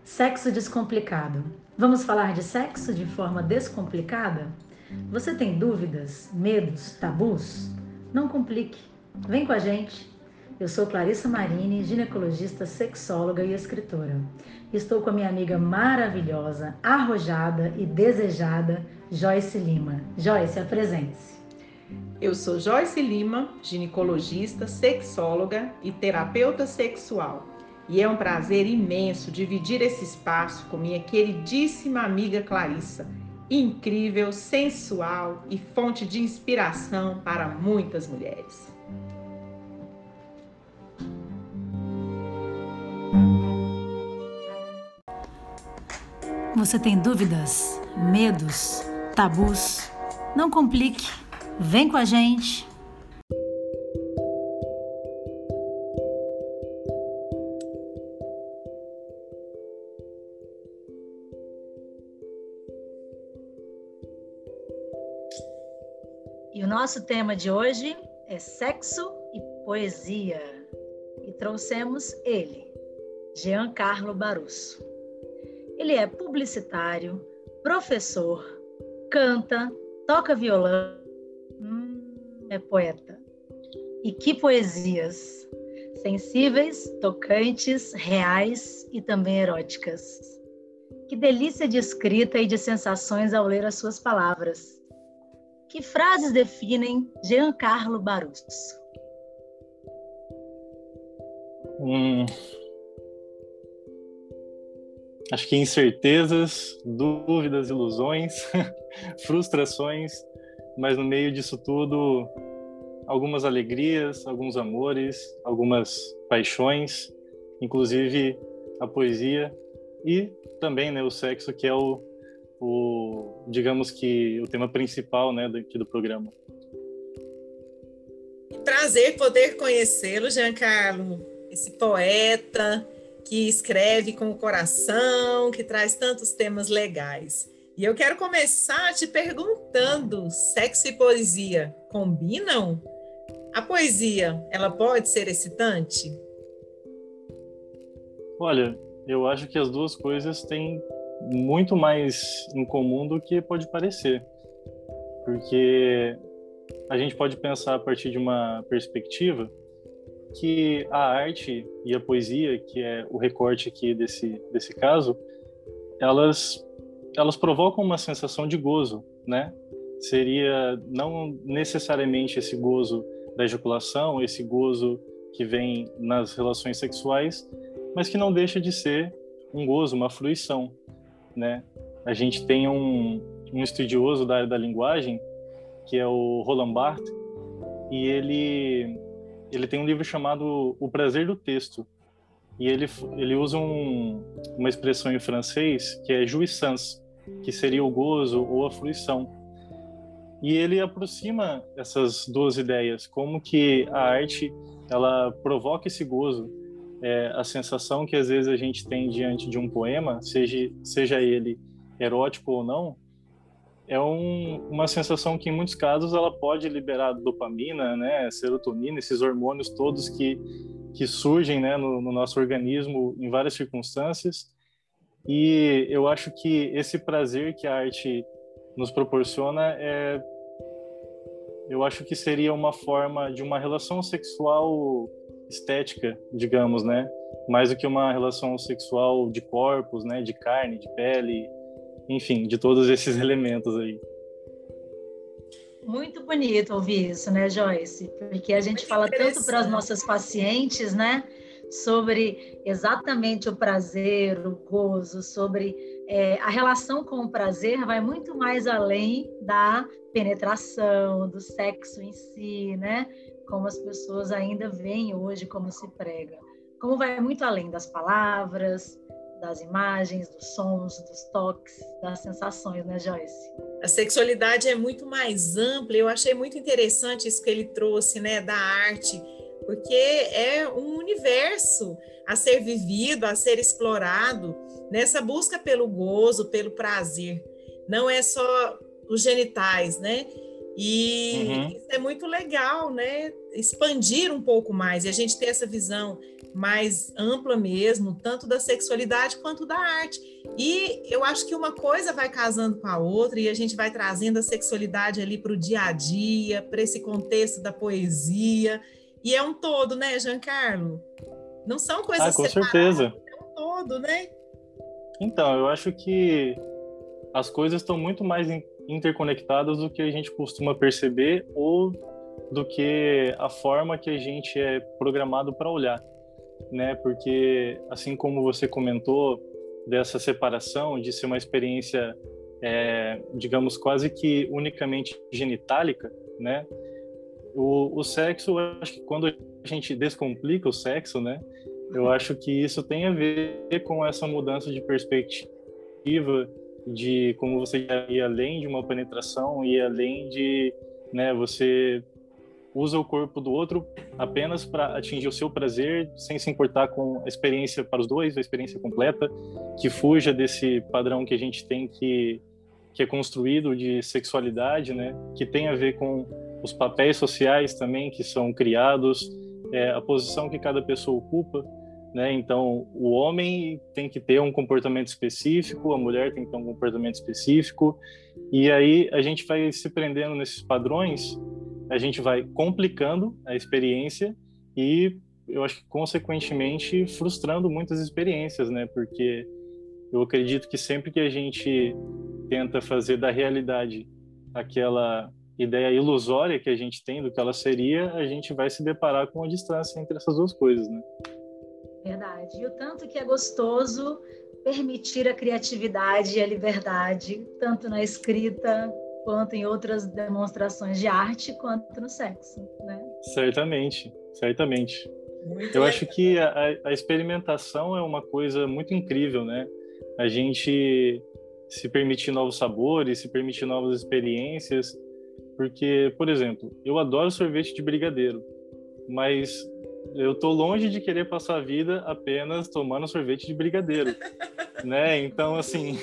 Sexo descomplicado. Vamos falar de sexo de forma descomplicada? Você tem dúvidas, medos, tabus? Não complique. Vem com a gente. Eu sou Clarissa Marini, ginecologista, sexóloga e escritora. Estou com a minha amiga maravilhosa, arrojada e desejada, Joyce Lima. Joyce, apresente-se. Eu sou Joyce Lima, ginecologista, sexóloga e terapeuta sexual. E é um prazer imenso dividir esse espaço com minha queridíssima amiga Clarissa, incrível, sensual e fonte de inspiração para muitas mulheres. Você tem dúvidas, medos, tabus? Não complique. Vem com a gente. E o nosso tema de hoje é sexo e poesia. E trouxemos ele, Giancarlo Barusso. Ele é publicitário, professor, canta, toca violão, é poeta. E que poesias! Sensíveis, tocantes, reais e também eróticas. Que delícia de escrita e de sensações ao ler as suas palavras. Que frases definem Giancarlo Barusso? Acho que incertezas, dúvidas, ilusões, frustrações, mas no meio disso tudo, algumas alegrias, alguns amores, algumas paixões, inclusive a poesia e também, né, o sexo, que é digamos que o tema principal, né, aqui do programa. Prazer poder conhecê-lo, Giancarlo, esse poeta que escreve com o coração, que traz tantos temas legais. E eu quero começar te perguntando, sexo e poesia combinam? A poesia, ela pode ser excitante? Olha, eu acho que as duas coisas têm muito mais em comum do que pode parecer, porque a gente pode pensar a partir de uma perspectiva que a arte e a poesia, que é o recorte aqui desse caso, elas provocam uma sensação de gozo, né? Seria não necessariamente esse gozo da ejaculação, esse gozo que vem nas relações sexuais, mas que não deixa de ser um gozo, uma fruição, né? A gente tem um estudioso da área da linguagem, que é o Roland Barthes, e ele tem um livro chamado O Prazer do Texto, e ele usa uma expressão em francês que é jouissance, que seria o gozo ou a fruição. E ele aproxima essas duas ideias, como que a arte ela provoca esse gozo, a sensação que às vezes a gente tem diante de um poema, seja ele erótico ou não, é uma sensação que em muitos casos ela pode liberar dopamina, né, serotonina, esses hormônios todos que surgem, né, no nosso organismo em várias circunstâncias. E eu acho que esse prazer que a arte nos proporciona eu acho que seria uma forma de uma relação sexual estética, digamos, né, mais do que uma relação sexual de corpos, né, de carne, de pele, enfim, de todos esses elementos aí. Muito bonito ouvir isso, né, Joyce? Porque a gente fala tanto para as nossas pacientes, né, sobre exatamente o prazer, o gozo, sobre a relação com o prazer vai muito mais além da penetração, do sexo em si, né? Como as pessoas ainda veem hoje, como se prega. Como vai muito além das palavras, das imagens, dos sons, dos toques, das sensações, né, Joyce? A sexualidade é muito mais ampla. Eu achei muito interessante isso que ele trouxe, né, da arte, porque é um universo a ser vivido, a ser explorado nessa busca pelo gozo, pelo prazer. Não é só os genitais, né? E isso é muito legal, né? Expandir um pouco mais e a gente ter essa visão mais ampla mesmo, tanto da sexualidade quanto da arte. E eu acho que uma coisa vai casando com a outra e a gente vai trazendo a sexualidade ali para o dia a dia, para esse contexto da poesia. E é um todo, né, Giancarlo? Não são coisas com separadas, certeza. é um todo, né? Então, eu acho que as coisas estão muito mais interconectadas do que a gente costuma perceber ou do que a forma que a gente é programado para olhar, né? Porque, assim como você comentou dessa separação, de ser uma experiência, digamos, quase que unicamente genitálica, né? O sexo, eu acho que quando a gente descomplica o sexo, né? Eu acho que isso tem a ver com essa mudança de perspectiva, de como você ir além de uma penetração e além de, né, você usa o corpo do outro apenas para atingir o seu prazer, sem se importar com a experiência para os dois, a experiência completa, que fuja desse padrão que a gente tem que é construído de sexualidade, né, que tem a ver com os papéis sociais também que são criados, a posição que cada pessoa ocupa, né? Então, o homem tem que ter um comportamento específico, a mulher tem que ter um comportamento específico, e aí a gente vai se prendendo nesses padrões, a gente vai complicando a experiência e, eu acho que, consequentemente, frustrando muitas experiências, né? Porque eu acredito que sempre que a gente tenta fazer da realidade aquela ideia ilusória que a gente tem do que ela seria, a gente vai se deparar com a distância entre essas duas coisas, né? Verdade. E o tanto que é gostoso permitir a criatividade e a liberdade, tanto na escrita, quanto em outras demonstrações de arte, quanto no sexo, né? Certamente, certamente. Muito Eu legal. acho que a experimentação é uma coisa muito incrível, né? A gente se permitir novos sabores, se permitir novas experiências, porque, por exemplo, eu adoro sorvete de brigadeiro, mas eu tô longe de querer passar a vida apenas tomando sorvete de brigadeiro, né? Então, assim,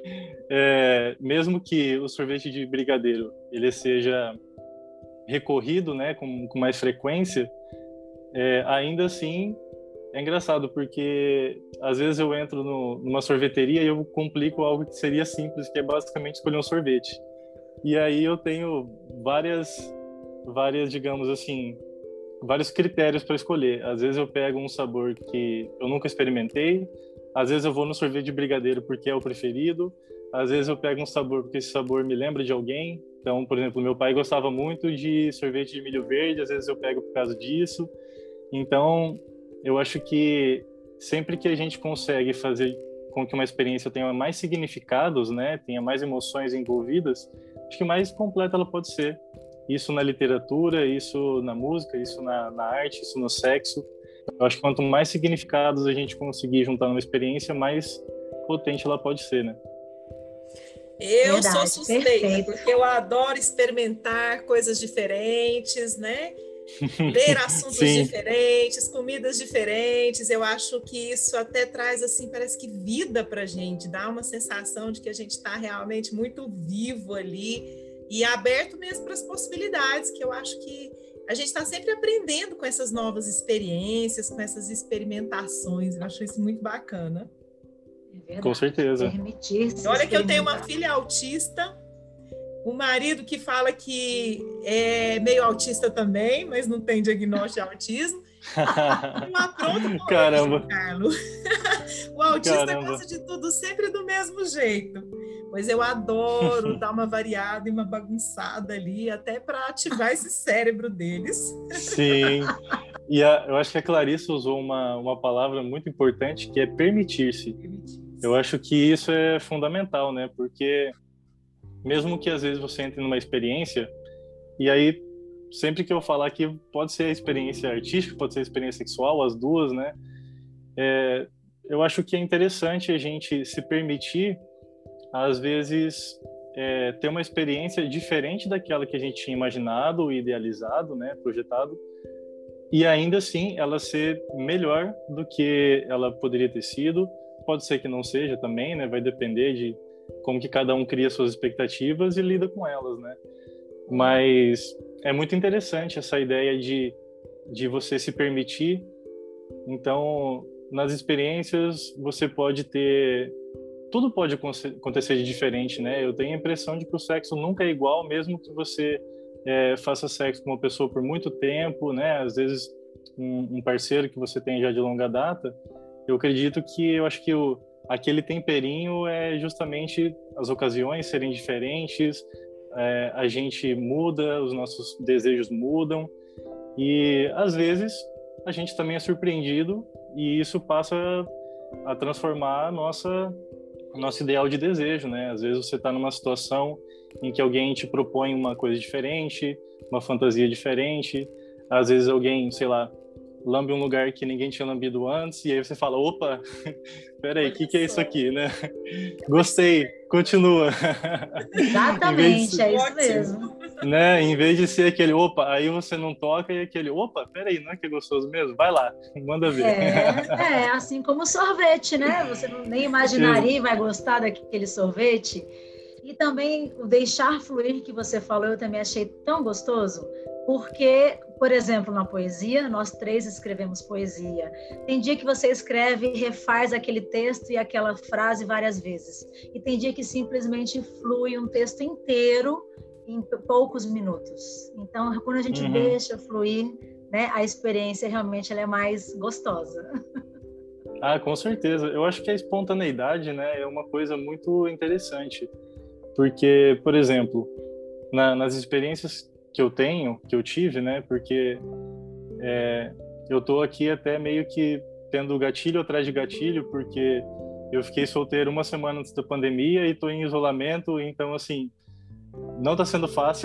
mesmo que o sorvete de brigadeiro ele seja recorrido, né, com mais frequência, ainda assim é engraçado, porque às vezes eu entro numa sorveteria e eu complico algo que seria simples, que é basicamente escolher um sorvete. E aí eu tenho várias, digamos assim, vários critérios para escolher. Às vezes eu pego um sabor que eu nunca experimentei, às vezes eu vou no sorvete de brigadeiro porque é o preferido, às vezes eu pego um sabor porque esse sabor me lembra de alguém. Então, por exemplo, meu pai gostava muito de sorvete de milho verde, às vezes eu pego por causa disso. Então, eu acho que sempre que a gente consegue fazer com que uma experiência tenha mais significados, né, tenha mais emoções envolvidas, acho que mais completa ela pode ser. Isso na literatura, isso na música, isso na arte, isso no sexo. Eu acho que quanto mais significados a gente conseguir juntar numa experiência, mais potente ela pode ser, né? Eu Verdade, sou suspeita, perfeito. porque eu adoro experimentar coisas diferentes, né? Ver assuntos Sim. diferentes, comidas diferentes. Eu acho que isso até traz, assim, parece que vida pra gente, dá uma sensação de que a gente está realmente muito vivo ali e aberto mesmo para as possibilidades, que eu acho que a gente está sempre aprendendo com essas novas experiências, com essas experimentações. Eu acho isso muito bacana. É verdade. Com certeza. Permitir-se Olha que eu tenho uma experimentar. filha autista, um marido que fala que é meio autista também, mas não tem diagnóstico de autismo. Eu apronto com Caramba. ele, Carlos. O autista Caramba. gosta de tudo sempre do mesmo jeito. Mas eu adoro dar uma variada e uma bagunçada ali, até para ativar esse cérebro deles. Sim. E eu acho que a Clarissa usou uma palavra muito importante, que é permitir-se. Eu acho que isso é fundamental, né? Porque mesmo que às vezes você entre numa experiência, e aí sempre que eu falar aqui, pode ser a experiência artística, pode ser a experiência sexual, as duas, né? Eu acho que é interessante a gente se permitir, às vezes, ter uma experiência diferente daquela que a gente tinha imaginado, idealizado, né? Projetado, e ainda assim ela ser melhor do que ela poderia ter sido. Pode ser que não seja também, né? Vai depender de como que cada um cria suas expectativas e lida com elas, né? Mas é muito interessante essa ideia de você se permitir. Então, nas experiências, você pode ter... Tudo pode acontecer de diferente, né? Eu tenho a impressão de que o sexo nunca é igual, mesmo que você faça sexo com uma pessoa por muito tempo, né? Às vezes, um parceiro que você tem já de longa data. Eu acredito que, eu acho que aquele temperinho é justamente as ocasiões serem diferentes, a gente muda, os nossos desejos mudam, e às vezes a gente também é surpreendido e isso passa a transformar nosso ideal de desejo, né? Às vezes você está numa situação em que alguém te propõe uma coisa diferente, uma fantasia diferente, às vezes alguém, sei lá, lambe um lugar que ninguém tinha lambido antes, e aí você fala, opa, peraí, o que é isso aqui, né? Gostei, continua. Exatamente, é isso mesmo. Né? Em vez de ser aquele, opa, aí você não toca, e aquele, opa, peraí, não é que é gostoso mesmo? Vai lá, manda ver. Assim como sorvete, né? Você nem imaginaria e vai gostar daquele sorvete. E também o deixar fluir que você falou, eu também achei tão gostoso, porque, por exemplo, na poesia, nós três escrevemos poesia. Tem dia que você escreve e refaz aquele texto e aquela frase várias vezes. E tem dia que simplesmente flui um texto inteiro em poucos minutos. Então, quando a gente deixa fluir, né, a experiência realmente ela é mais gostosa. Com certeza. Eu acho que a espontaneidade, né, é uma coisa muito interessante. Porque, por exemplo, nas experiências que eu tive, né? Porque eu tô aqui até meio que tendo gatilho atrás de gatilho, porque eu fiquei solteiro uma semana antes da pandemia e tô em isolamento, então, assim, não tá sendo fácil.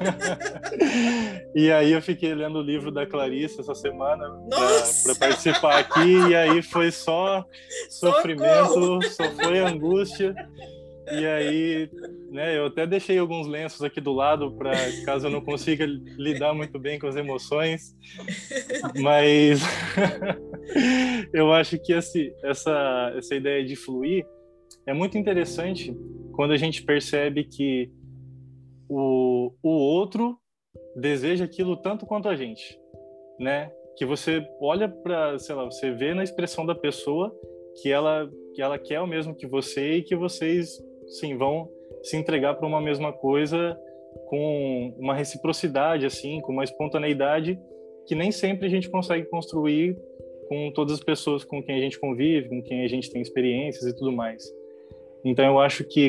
E aí eu fiquei lendo o livro da Clarice essa semana para participar aqui, e aí foi só sofrimento, só foi angústia. E aí, né, eu até deixei alguns lenços aqui do lado para caso eu não consiga lidar muito bem com as emoções, mas eu acho que essa ideia de fluir é muito interessante quando a gente percebe que o outro deseja aquilo tanto quanto a gente, né? Que você olha para, sei lá, você vê na expressão da pessoa que ela quer o mesmo que você e que vocês, sim, vão se entregar para uma mesma coisa com uma reciprocidade, assim, com uma espontaneidade que nem sempre a gente consegue construir com todas as pessoas com quem a gente convive, com quem a gente tem experiências e tudo mais. Então eu acho que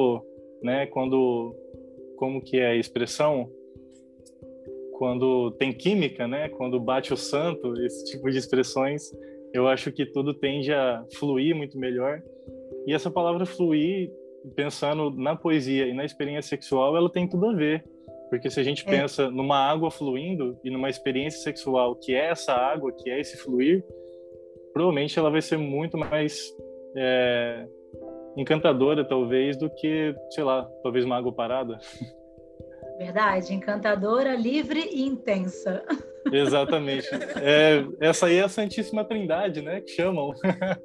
como que é a expressão? Quando tem química, né? Quando bate o santo, esse tipo de expressões, eu acho que tudo tende a fluir muito melhor. E essa palavra fluir, pensando na poesia e na experiência sexual, ela tem tudo a ver. Porque se a gente pensa numa água fluindo e numa experiência sexual que é essa água, que é esse fluir, provavelmente ela vai ser muito mais encantadora, talvez, do que, sei lá, talvez uma água parada. Verdade, encantadora, livre e intensa. Exatamente. Essa aí é a Santíssima Trindade, né? Que chamam.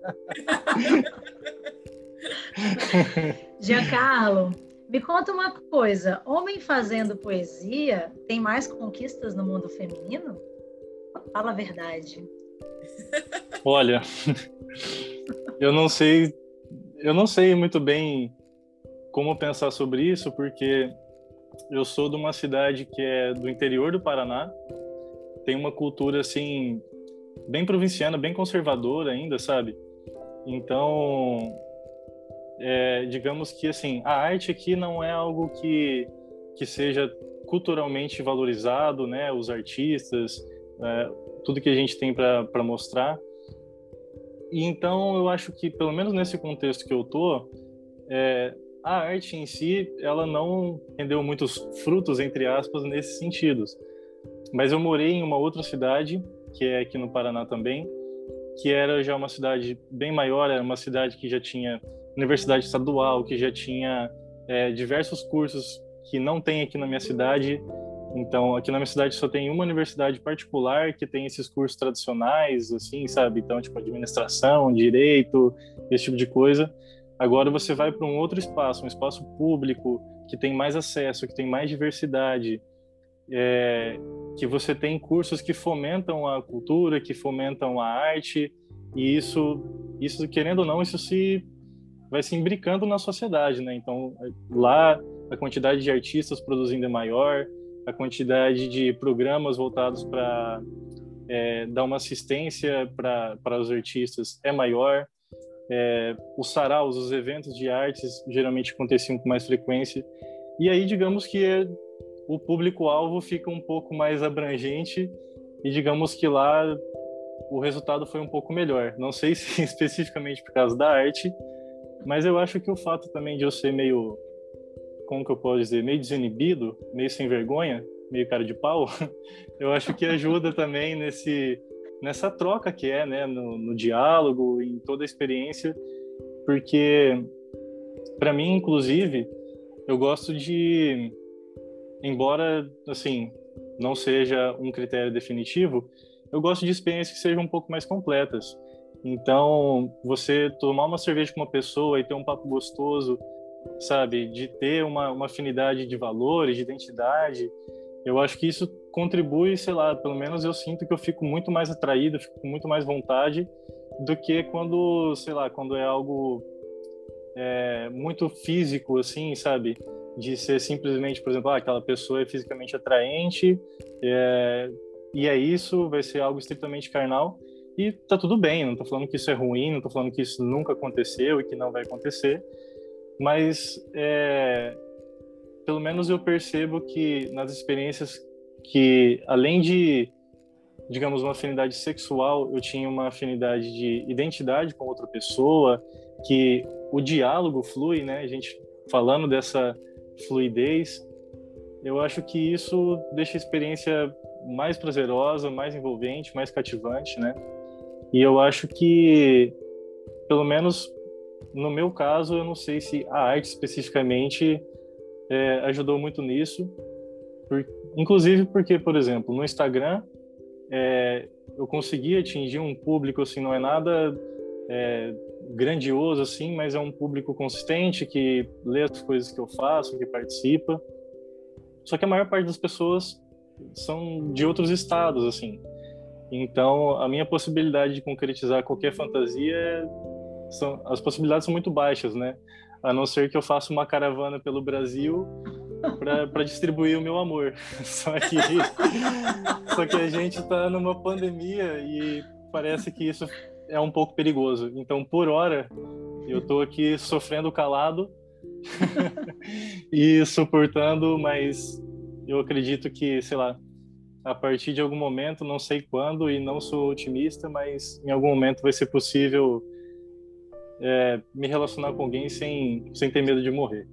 Giancarlo, me conta uma coisa. Homem fazendo poesia tem mais conquistas no mundo feminino? Fala a verdade. Olha, eu não sei muito bem como pensar sobre isso, porque eu sou de uma cidade que é do interior do Paraná, tem uma cultura, assim, bem provinciana, bem conservadora ainda, sabe? Então, digamos que, assim, a arte aqui não é algo que seja culturalmente valorizado, né? Os artistas, tudo que a gente tem para mostrar. E então, eu acho que, pelo menos nesse contexto que eu tô, a arte em si, ela não rendeu muitos frutos, entre aspas, nesses sentidos. Mas eu morei em uma outra cidade, que é aqui no Paraná também, que era já uma cidade bem maior, era uma cidade que já tinha universidade estadual, que já tinha diversos cursos que não tem aqui na minha cidade. Então, aqui na minha cidade só tem uma universidade particular que tem esses cursos tradicionais, assim, sabe? Então, tipo, administração, direito, esse tipo de coisa. Agora você vai para um outro espaço, um espaço público, que tem mais acesso, que tem mais diversidade, que você tem cursos que fomentam a cultura, que fomentam a arte, e isso querendo ou não, vai se imbricando na sociedade, né? Então, lá a quantidade de artistas produzindo é maior, a quantidade de programas voltados para dar uma assistência para os artistas é maior. Os saraus, os eventos de artes geralmente aconteciam com mais frequência, e aí digamos que o público-alvo fica um pouco mais abrangente, e digamos que lá o resultado foi um pouco melhor. Não sei se especificamente por causa da arte, mas eu acho que o fato também de eu ser meio, como que eu posso dizer, meio desinibido, meio sem vergonha, meio cara de pau, eu acho que ajuda também nessa troca que né, no diálogo, em toda a experiência, porque para mim, inclusive, eu gosto de, embora assim não seja um critério definitivo, eu gosto de experiências que sejam um pouco mais completas. Então, você tomar uma cerveja com uma pessoa e ter um papo gostoso, sabe, de ter uma afinidade de valores, de identidade, eu acho que isso contribui, sei lá, pelo menos eu sinto que eu fico muito mais atraído, fico com muito mais vontade do que quando, sei lá, quando é algo muito físico, assim, sabe, de ser simplesmente, por exemplo, aquela pessoa é fisicamente atraente, e é isso, vai ser algo estritamente carnal, e tá tudo bem, não tô falando que isso é ruim, não tô falando que isso nunca aconteceu e que não vai acontecer, mas pelo menos eu percebo que nas experiências que, além de, digamos, uma afinidade sexual, eu tinha uma afinidade de identidade com outra pessoa, que o diálogo flui, né? A gente falando dessa fluidez, eu acho que isso deixa a experiência mais prazerosa, mais envolvente, mais cativante, né? E eu acho que, pelo menos no meu caso, eu não sei se a arte especificamente ajudou muito nisso, inclusive porque, por exemplo, no Instagram eu consegui atingir um público, assim, não é nada grandioso, assim, mas é um público consistente que lê as coisas que eu faço, que participa. Só que a maior parte das pessoas são de outros estados, assim. Então, a minha possibilidade de concretizar qualquer fantasia, as possibilidades são muito baixas, né? A não ser que eu faça uma caravana pelo Brasil para distribuir o meu amor. Só que a gente está numa pandemia e parece que isso é um pouco perigoso. Então, por hora, eu estou aqui sofrendo calado e suportando, mas eu acredito que, sei lá, a partir de algum momento, não sei quando e não sou otimista, mas em algum momento vai ser possível me relacionar com alguém sem ter medo de morrer.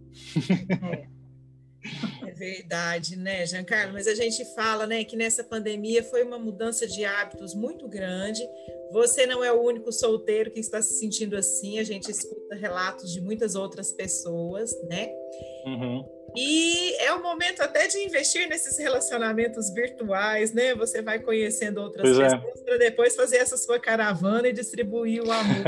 É verdade, né, Giancarlo? Mas a gente fala, né, que nessa pandemia foi uma mudança de hábitos muito grande. Você não é o único solteiro que está se sentindo assim. A gente escuta relatos de muitas outras pessoas, né? Uhum. E é o momento até de investir nesses relacionamentos virtuais, né? Você vai conhecendo outras pessoas para depois fazer essa sua caravana e distribuir o amor.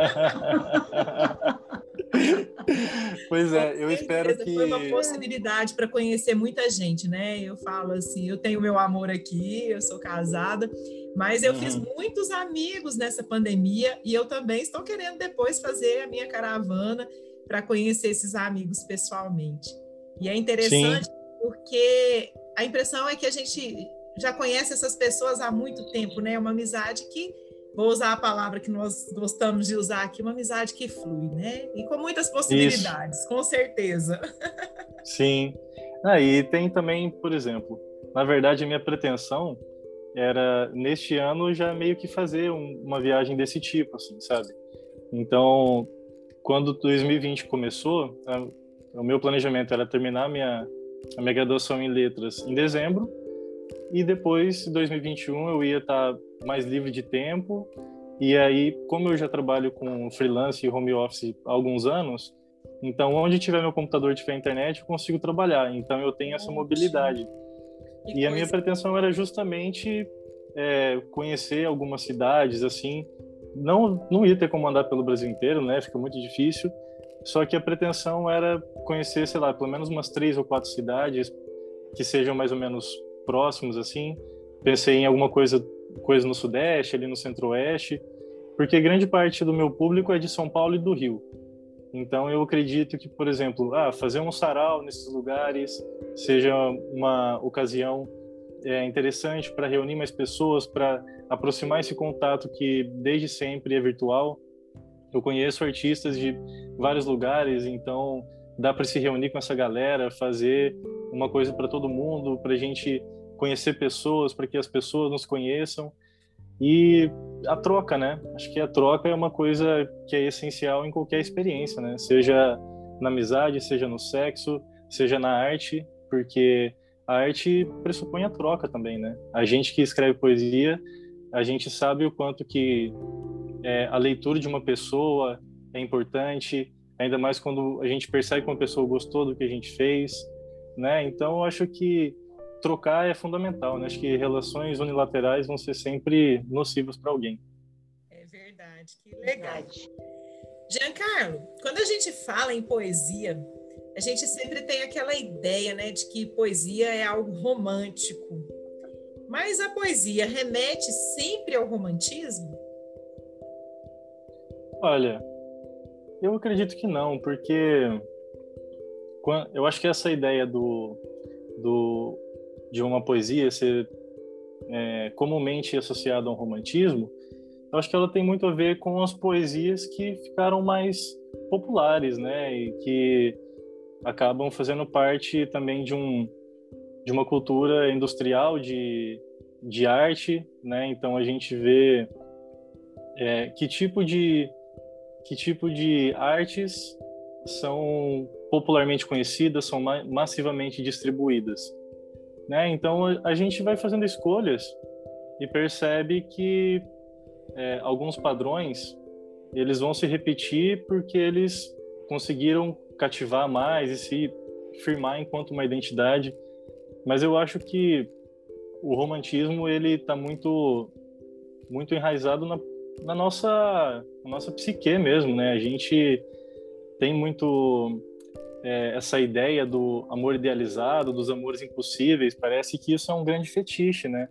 Pois eu espero que... Foi uma possibilidade para conhecer muita gente, né? Eu falo assim, eu tenho meu amor aqui, eu sou casada, mas eu fiz muitos amigos nessa pandemia e eu também estou querendo depois fazer a minha caravana para conhecer esses amigos pessoalmente. E é interessante porque a impressão é que a gente já conhece essas pessoas há muito tempo, né? É uma amizade que, vou usar a palavra que nós gostamos de usar aqui, uma amizade que flui, né? E com muitas possibilidades, com certeza. Sim. E tem também, por exemplo, na verdade a minha pretensão era, neste ano, já meio que fazer uma viagem desse tipo, assim, sabe? Então, quando 2020 começou, o meu planejamento era terminar a minha graduação em letras em dezembro, e depois, em 2021, eu ia estar mais livre de tempo, e aí, como eu já trabalho com freelance e home office há alguns anos, então onde tiver meu computador, tiver internet, eu consigo trabalhar, então eu tenho essa mobilidade. E a minha pretensão era justamente conhecer algumas cidades, assim, não ia ter como andar pelo Brasil inteiro, né, fica muito difícil, Só que a pretensão era conhecer, sei lá, pelo menos umas 3 ou 4 cidades que sejam mais ou menos próximos, assim. Pensei em alguma coisa no Sudeste, ali no Centro-Oeste, porque grande parte do meu público é de São Paulo e do Rio. Então, eu acredito que, por exemplo, fazer um sarau nesses lugares seja uma ocasião interessante para reunir mais pessoas, para aproximar esse contato que desde sempre é virtual. Eu conheço artistas de vários lugares, então dá para se reunir com essa galera, fazer uma coisa para todo mundo, para a gente conhecer pessoas, para que as pessoas nos conheçam. E a troca, né? Acho que a troca é uma coisa que é essencial em qualquer experiência, né? Seja na amizade, seja no sexo, seja na arte, porque a arte pressupõe a troca também, né? A gente que escreve poesia, a gente sabe o quanto que a leitura de uma pessoa é importante, ainda mais quando a gente percebe que uma pessoa gostou do que a gente fez, né? Então, eu acho que trocar é fundamental, né? Acho que relações unilaterais vão ser sempre nocivas para alguém. É verdade, que legal. Giancarlo, quando a gente fala em poesia, a gente sempre tem aquela ideia, né, de que poesia é algo romântico. Mas a poesia remete sempre ao romantismo? Olha, eu acredito que não, porque eu acho que essa ideia de uma poesia ser comumente associada a um romantismo, eu acho que ela tem muito a ver com as poesias que ficaram mais populares, né, e que acabam fazendo parte também de uma cultura industrial de arte, né? Então a gente vê que tipo de artes são popularmente conhecidas, são massivamente distribuídas, né? Então a gente vai fazendo escolhas e percebe que alguns padrões eles vão se repetir porque eles conseguiram cativar mais e se firmar enquanto uma identidade. Mas eu acho que o romantismo ele está muito enraizado na nossa psique mesmo, né? A gente tem muito essa ideia do amor idealizado, dos amores impossíveis. Parece que isso é um grande fetiche, né?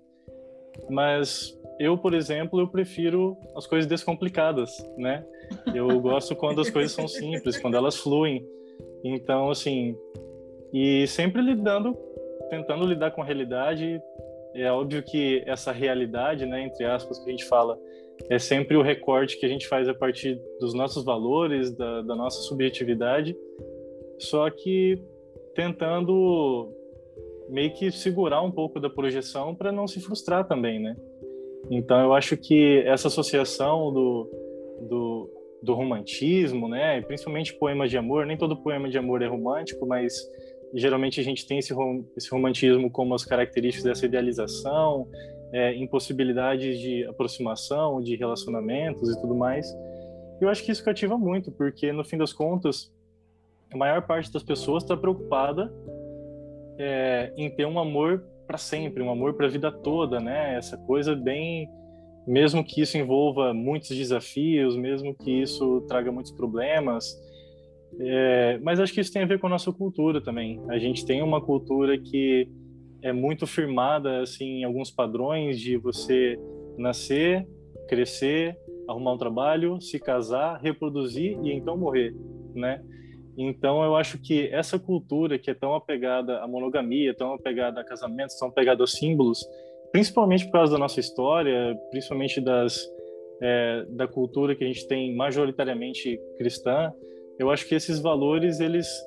Mas eu, por exemplo, eu prefiro as coisas descomplicadas, né? Eu gosto quando as coisas são simples, quando elas fluem. Então, assim, e sempre tentando lidar com a realidade. É óbvio que essa realidade, né, entre aspas, que a gente fala, é sempre o recorte que a gente faz a partir dos nossos valores, da nossa subjetividade, só que tentando meio que segurar um pouco da projeção para não se frustrar também, né? Então, eu acho que essa associação do romantismo, né, principalmente poemas de amor, nem todo poema de amor é romântico, mas geralmente a gente tem esse romantismo como as características dessa idealização, impossibilidades de aproximação, de relacionamentos e tudo mais. Eu acho que isso cativa muito, porque no fim das contas, a maior parte das pessoas está preocupada em ter um amor para sempre, um amor para a vida toda, né? Essa coisa bem, mesmo que isso envolva muitos desafios, mesmo que isso traga muitos problemas, mas acho que isso tem a ver com a nossa cultura também. A gente tem uma cultura que é muito firmada assim, em alguns padrões de você nascer, crescer, arrumar um trabalho, se casar, reproduzir e então morrer, né? Então eu acho que essa cultura que é tão apegada à monogamia, tão apegada a casamentos, tão apegada aos símbolos, principalmente por causa da nossa história, principalmente da cultura que a gente tem majoritariamente cristã, eu acho que esses valores,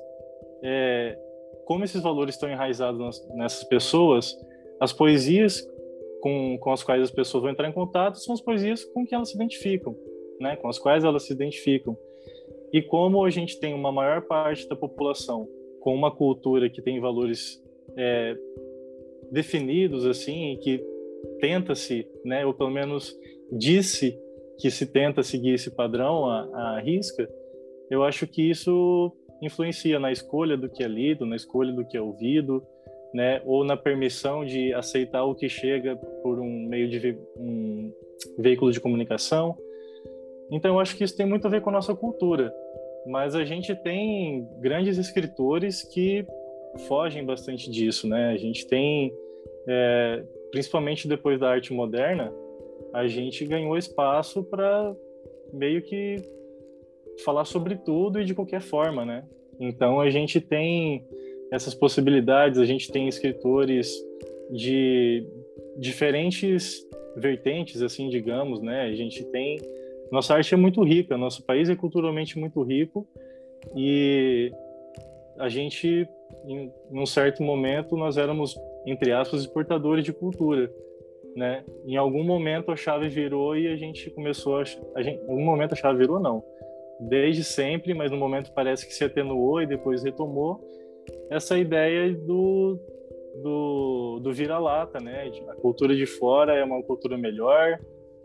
como esses valores estão enraizados nessas pessoas, as poesias com as quais as pessoas vão entrar em contato são as poesias com que elas se identificam, né? Com as quais elas se identificam. E como a gente tem uma maior parte da população com uma cultura que tem valores definidos, assim, que tenta-se, né? Ou pelo menos disse que se tenta seguir esse padrão à risca, eu acho que isso influencia na escolha do que é lido, na escolha do que é ouvido, né? Ou na permissão de aceitar o que chega por um meio de um veículo de comunicação. Então, eu acho que isso tem muito a ver com a nossa cultura. mas a gente tem grandes escritores que fogem bastante disso, né? A gente tem, principalmente depois da arte moderna, a gente ganhou espaço para meio que falar sobre tudo e de qualquer forma, né? Então a gente tem essas possibilidades, a gente tem escritores de diferentes vertentes, assim, digamos, né? A gente tem... Nossa arte é muito rica, nosso país é culturalmente muito rico e a gente, em um certo momento, nós éramos, entre aspas, exportadores de cultura, né? Em algum momento a chave virou e a gente começou em algum momento a chave virou, não. Desde sempre, mas no momento parece que se atenuou e depois retomou essa ideia do vira-lata, né? A cultura de fora é uma cultura melhor.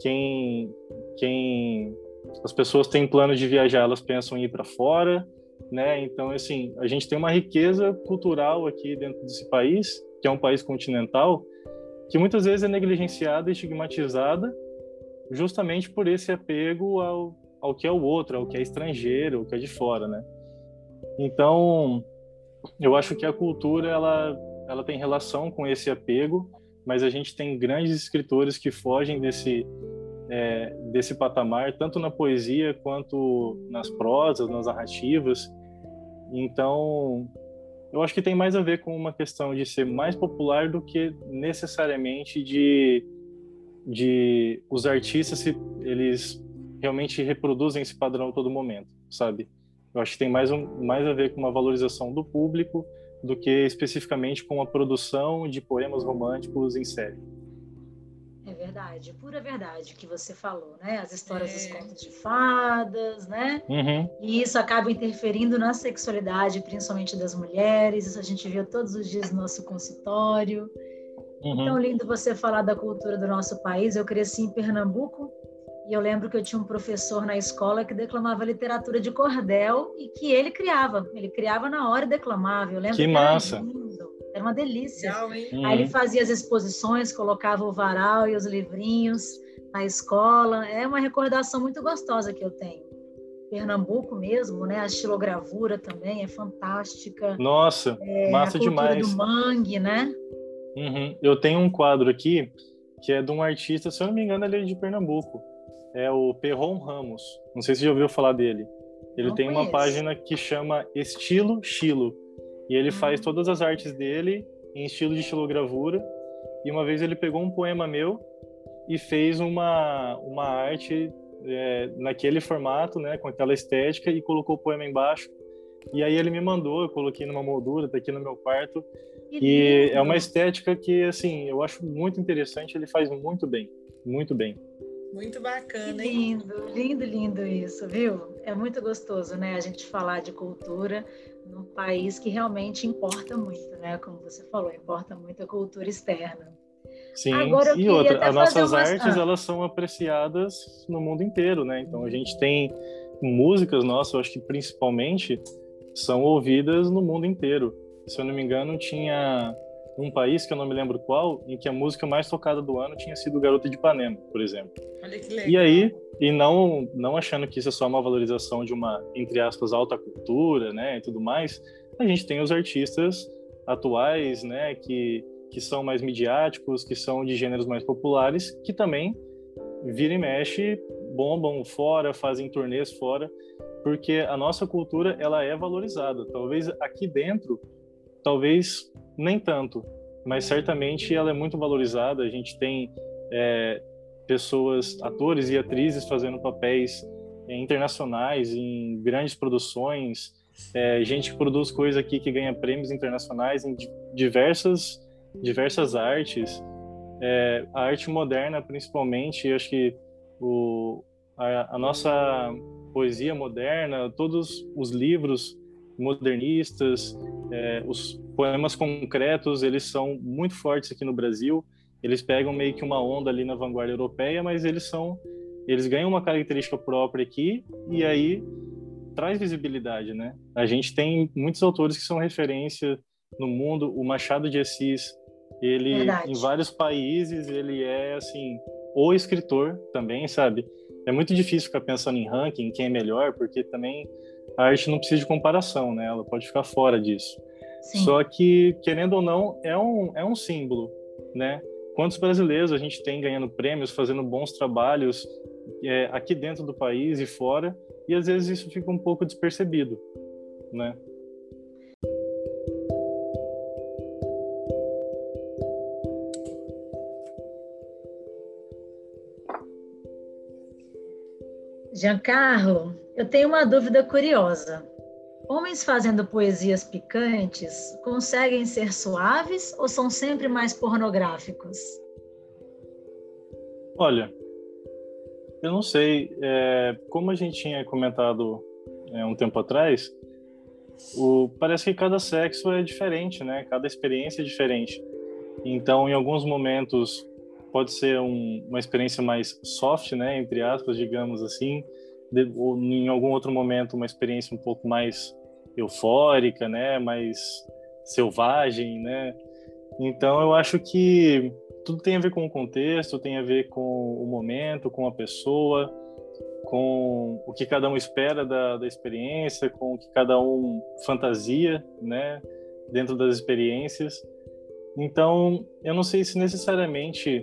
As pessoas têm plano de viajar, elas pensam em ir para fora, né? Então, assim, a gente tem uma riqueza cultural aqui dentro desse país, que é um país continental, que muitas vezes é negligenciada e estigmatizada justamente por esse apego ao que é o outro, ao que é estrangeiro, ao que é de fora, né? Então, eu acho que a cultura, ela tem relação com esse apego, mas a gente tem grandes escritores que fogem desse patamar, tanto na poesia quanto nas prosas, nas narrativas. Então, eu acho que tem mais a ver com uma questão de ser mais popular do que necessariamente de os artistas, eles realmente reproduzem esse padrão a todo momento, sabe? Eu acho que tem mais a ver com uma valorização do público do que especificamente com a produção de poemas românticos em série. É verdade, pura verdade que você falou, né? As histórias dos contos de fadas, né? Uhum. E isso acaba interferindo na sexualidade, principalmente das mulheres. Isso a gente vê todos os dias no nosso consultório. Uhum. Tão lindo você falar da cultura do nosso país. Eu cresci em Pernambuco e eu lembro que eu tinha um professor na escola que declamava literatura de cordel e que ele criava na hora e declamava. Eu lembro que massa! Era lindo, era uma delícia. Legal, hein? Aí ele fazia as exposições, colocava o varal e os livrinhos na escola. É uma recordação muito gostosa que eu tenho. Pernambuco mesmo, né? A estilogravura também é fantástica. Nossa, massa a cultura demais. do mangue, né? Uhum. Eu tenho um quadro aqui que é de um artista, se eu não me engano, ele é de Pernambuco. É o Perron Ramos. Não sei se você já ouviu falar dele. Ele tem uma página que chama Estilo Chilo. E ele faz todas as artes dele em estilo de estilogravura. E uma vez ele pegou um poema meu e fez uma arte naquele formato, né, com aquela estética, e colocou o poema embaixo. E aí ele me mandou, eu coloquei numa moldura, tá aqui no meu quarto. E é uma estética que, assim, eu acho muito interessante, ele faz muito bem, muito bem. Muito bacana, hein? Lindo, lindo, lindo isso, viu? É muito gostoso, né, a gente falar de cultura num país que realmente importa muito, né? Como você falou, importa muito a cultura externa. Sim, e outra, as nossas artes, elas são apreciadas no mundo inteiro, né? Então a gente tem músicas nossas, eu acho que principalmente, são ouvidas no mundo inteiro. Se eu não me engano, tinha um país, que eu não me lembro qual, em que a música mais tocada do ano tinha sido Garota de Ipanema, por exemplo. Olha que legal. E aí, não achando que isso é só uma valorização de uma, entre aspas, alta cultura, né, e tudo mais, a gente tem os artistas atuais, né, que são mais midiáticos, que são de gêneros mais populares, que também vira e mexe, bombam fora, fazem turnês fora, porque a nossa cultura, ela é valorizada. Talvez aqui dentro, talvez nem tanto, mas certamente ela é muito valorizada. A gente tem pessoas, atores e atrizes fazendo papéis internacionais em grandes produções, gente que produz coisa aqui que ganha prêmios internacionais em diversas artes. A arte moderna, principalmente, eu acho que a nossa poesia moderna, todos os livros modernistas, os poemas concretos, eles são muito fortes aqui no Brasil. Eles pegam meio que uma onda ali na vanguarda europeia, mas eles ganham uma característica própria aqui, e aí traz visibilidade, né? A gente tem muitos autores que são referência no mundo. O Machado de Assis, ele, em vários países, ele é, assim, o escritor também, sabe? É muito difícil ficar pensando em ranking, quem é melhor, porque também a arte não precisa de comparação, né? Ela pode ficar fora disso. Sim. Só que, querendo ou não, é um símbolo, né? Quantos brasileiros a gente tem ganhando prêmios, fazendo bons trabalhos aqui dentro do país e fora, e às vezes isso fica um pouco despercebido, né? Giancarlo, eu tenho uma dúvida curiosa. Homens fazendo poesias picantes conseguem ser suaves ou são sempre mais pornográficos? Olha, eu não sei. Como a gente tinha comentado um tempo atrás, parece que cada sexo é diferente, né? Cada experiência é diferente. Então, em alguns momentos, pode ser uma experiência mais soft, né? Entre aspas, digamos assim. Ou em algum outro momento, uma experiência um pouco mais eufórica, né? Mais selvagem, né? Então, eu acho que tudo tem a ver com o contexto, tem a ver com o momento, com a pessoa, com o que cada um espera da experiência, com o que cada um fantasia, né, dentro das experiências. Então, eu não sei se necessariamente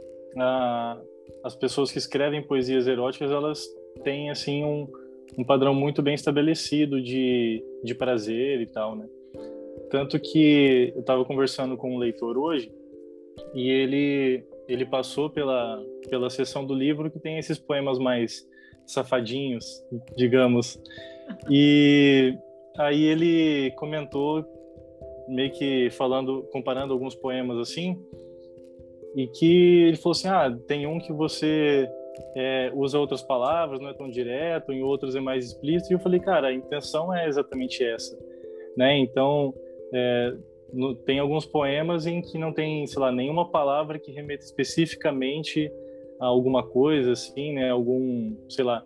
as pessoas que escrevem poesias eróticas, elas têm, assim, um padrão muito bem estabelecido de prazer e tal, né? Tanto que eu estava conversando com um leitor hoje e ele passou pela seção do livro que tem esses poemas mais safadinhos, digamos. E aí ele comentou, meio que comparando alguns poemas assim, e que ele falou assim, tem um que você usa outras palavras, não é tão direto, em outros é mais explícito. E eu falei, cara, a intenção é exatamente essa, né? Então, tem alguns poemas em que não tem, sei lá, nenhuma palavra que remeta especificamente a alguma coisa, assim, né? Sei lá,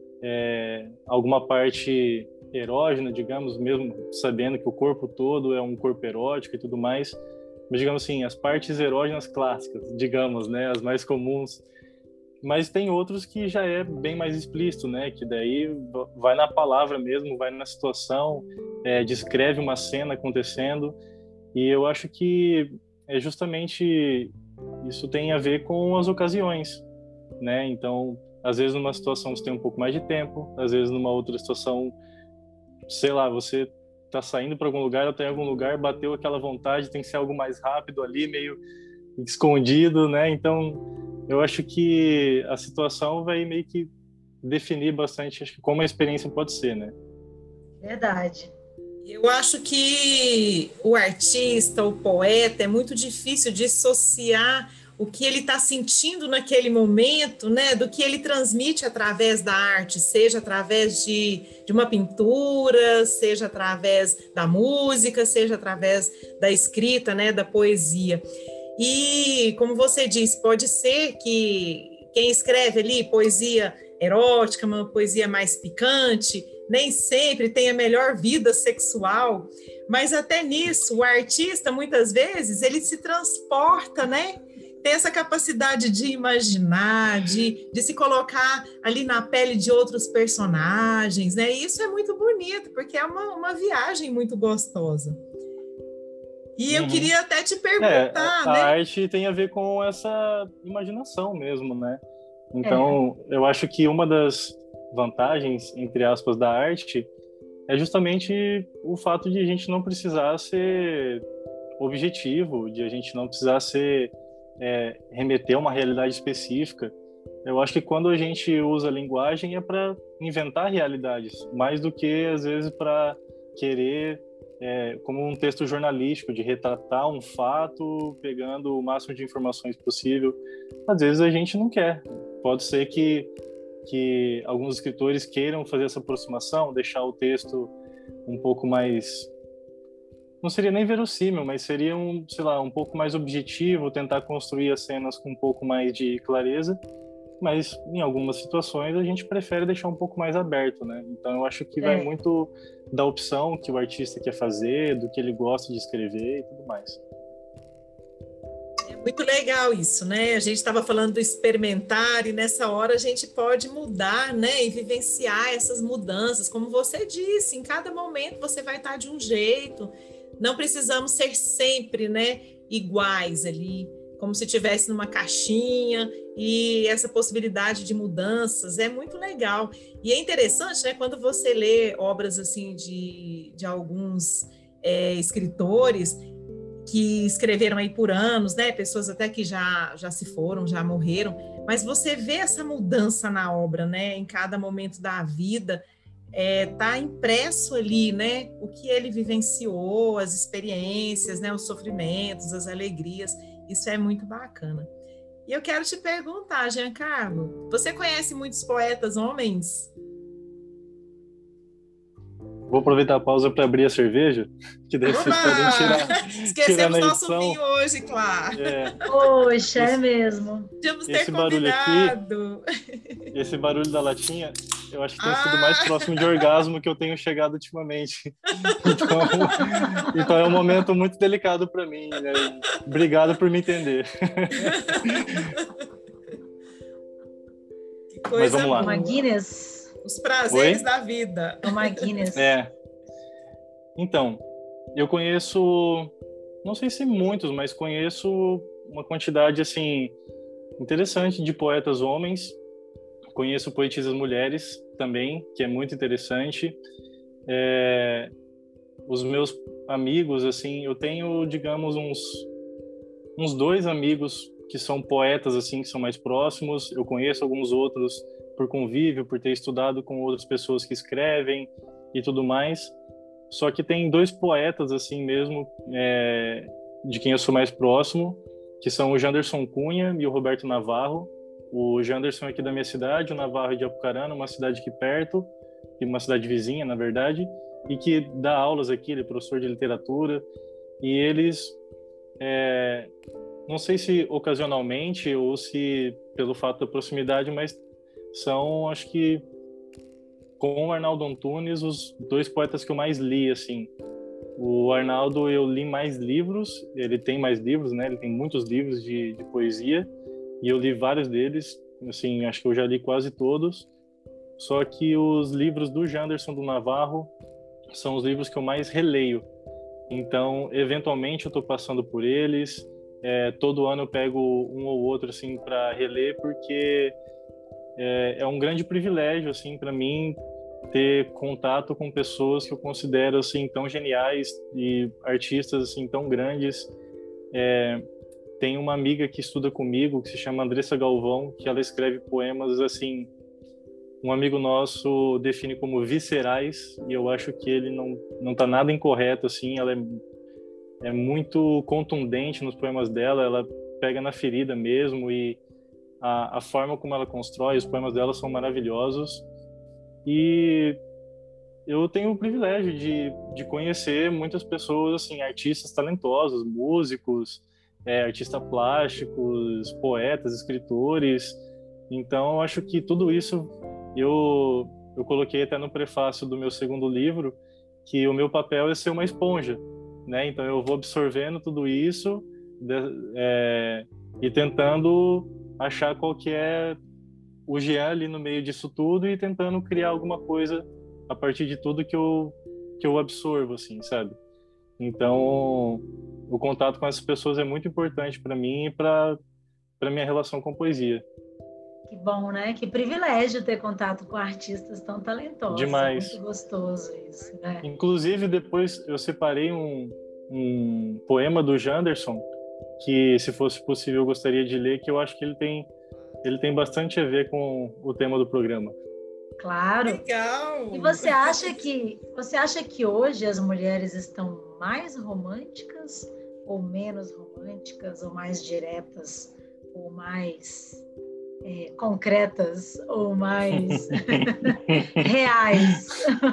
alguma parte erógena, digamos, mesmo sabendo que o corpo todo é um corpo erótico e tudo mais. Mas, digamos assim, as partes erógenas clássicas, digamos, né? As mais comuns. Mas tem outros que já é bem mais explícito, né? Que daí vai na palavra mesmo, vai na situação, descreve uma cena acontecendo. E eu acho que justamente isso tem a ver com as ocasiões, né? Então, às vezes numa situação você tem um pouco mais de tempo, às vezes numa outra situação, sei lá, você tá saindo para algum lugar, ou tá em algum lugar, bateu aquela vontade, tem que ser algo mais rápido ali, meio escondido, né? Então, eu acho que a situação vai meio que definir bastante, acho que, como a experiência pode ser, né? Verdade. Eu acho que o artista, o poeta, é muito difícil dissociar o que ele está sentindo naquele momento, né, do que ele transmite através da arte, seja através de uma pintura, seja através da música, seja através da escrita, né, da poesia. E, como você disse, pode ser que quem escreve ali poesia erótica, uma poesia mais picante, nem sempre tem a melhor vida sexual, mas até nisso, o artista, muitas vezes, ele se transporta, né? Tem essa capacidade de imaginar, de se colocar ali na pele de outros personagens, né? E isso é muito bonito, porque é uma viagem muito gostosa. E eu queria até te perguntar, a né? arte tem a ver com essa imaginação mesmo, né? Então, eu acho que uma das vantagens, entre aspas, da arte é justamente o fato de a gente não precisar ser objetivo, de a gente não precisar remeter a uma realidade específica. Eu acho que quando a gente usa a linguagem é para inventar realidades, mais do que, às vezes, para querer, como um texto jornalístico, de retratar um fato, pegando o máximo de informações possível. Às vezes a gente não quer. Pode ser que alguns escritores queiram fazer essa aproximação, deixar o texto um pouco mais... Não seria nem verossímil, mas seria sei lá, um pouco mais objetivo, tentar construir as cenas com um pouco mais de clareza, mas em algumas situações a gente prefere deixar um pouco mais aberto, né? Então eu acho que vai muito da opção que o artista quer fazer, do que ele gosta de escrever e tudo mais. É Muito legal isso, né? A gente estava falando do experimentar e nessa hora a gente pode mudar, né? E vivenciar essas mudanças, como você disse, em cada momento você vai estar de um jeito. Não precisamos ser sempre, né, iguais ali, como se estivesse numa caixinha, e essa possibilidade de mudanças é muito legal. E é interessante, né, quando você lê obras assim de alguns escritores que escreveram aí por anos, né? Pessoas até que já se foram, já morreram, mas você vê essa mudança na obra, né? Em cada momento da vida, tá impresso ali, né? O que ele vivenciou, as experiências, né? Os sofrimentos, as alegrias. Isso é muito bacana. E eu quero te perguntar, Giancarlo, você conhece muitos poetas homens? Vou aproveitar a pausa para abrir a cerveja, que daí vocês podem tirar Esquecemos na nosso edição. vinho hoje, claro. Poxa, é mesmo. Podíamos ter Esse barulho combinado. Esse barulho da latinha, eu acho que tem sido mais próximo de orgasmo que eu tenho chegado ultimamente. Então é um momento muito delicado para mim, né? Obrigado por me entender. Que coisa. Mas vamos lá. Uma Guinness. Os prazeres da vida. Uma Guinness. Então, eu conheço, não sei se muitos, mas conheço uma quantidade assim interessante de poetas homens. Conheço poetisas mulheres também, que é muito interessante. Os meus amigos, assim, eu tenho, digamos, uns 2 amigos que são poetas, assim, que são mais próximos. Eu conheço alguns outros por convívio, por ter estudado com outras pessoas que escrevem e tudo mais. Só que tem 2 poetas, assim mesmo, de quem eu sou mais próximo, que são o Janderson Cunha e o Roberto Navarro. O Janderson é aqui da minha cidade, o Navarro é de Apucarana, uma cidade aqui perto, uma cidade vizinha, na verdade, e que dá aulas aqui, ele é professor de literatura. E eles, não sei se ocasionalmente ou se pelo fato da proximidade, mas são, acho que, com o Arnaldo Antunes, os 2 poetas que eu mais li, assim. O Arnaldo, eu li mais livros, ele tem mais livros, né? Ele tem muitos livros de poesia, e eu li vários deles, assim, acho que eu já li quase todos. Só que os livros do Janderson, do Navarro, são os livros que eu mais releio. Então, eventualmente, eu estou passando por eles. Todo ano eu pego um ou outro, assim, para reler, porque é um grande privilégio, assim, para mim, ter contato com pessoas que eu considero, assim, tão geniais e artistas, assim, tão grandes. Tem uma amiga que estuda comigo, que se chama Andressa Galvão, que ela escreve poemas, assim, um amigo nosso define como viscerais, e eu acho que ele não tá nada incorreto, assim. Ela é muito contundente nos poemas dela, ela pega na ferida mesmo, e a forma como ela constrói, os poemas dela são maravilhosos. E eu tenho o privilégio de conhecer muitas pessoas, assim, artistas talentosos, músicos, artistas plásticos, poetas, escritores. Então, eu acho que tudo isso eu coloquei até no prefácio do meu segundo livro, que o meu papel é ser uma esponja, né? Então, eu vou absorvendo tudo isso e tentando achar qual que é o Jean ali no meio disso tudo e tentando criar alguma coisa a partir de tudo que eu absorvo, assim, sabe? Então, o contato com essas pessoas é muito importante para mim e para minha relação com poesia. Que bom, né? Que privilégio ter contato com artistas tão talentosos. Demais. É muito gostoso isso, né? Inclusive, depois eu separei um poema do Janderson que, se fosse possível, eu gostaria de ler, que eu acho que ele tem bastante a ver com o tema do programa. Claro. Legal. E você acha que hoje as mulheres estão mais românticas ou menos românticas, ou mais diretas, ou mais concretas, ou mais reais?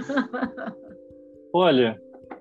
Olha,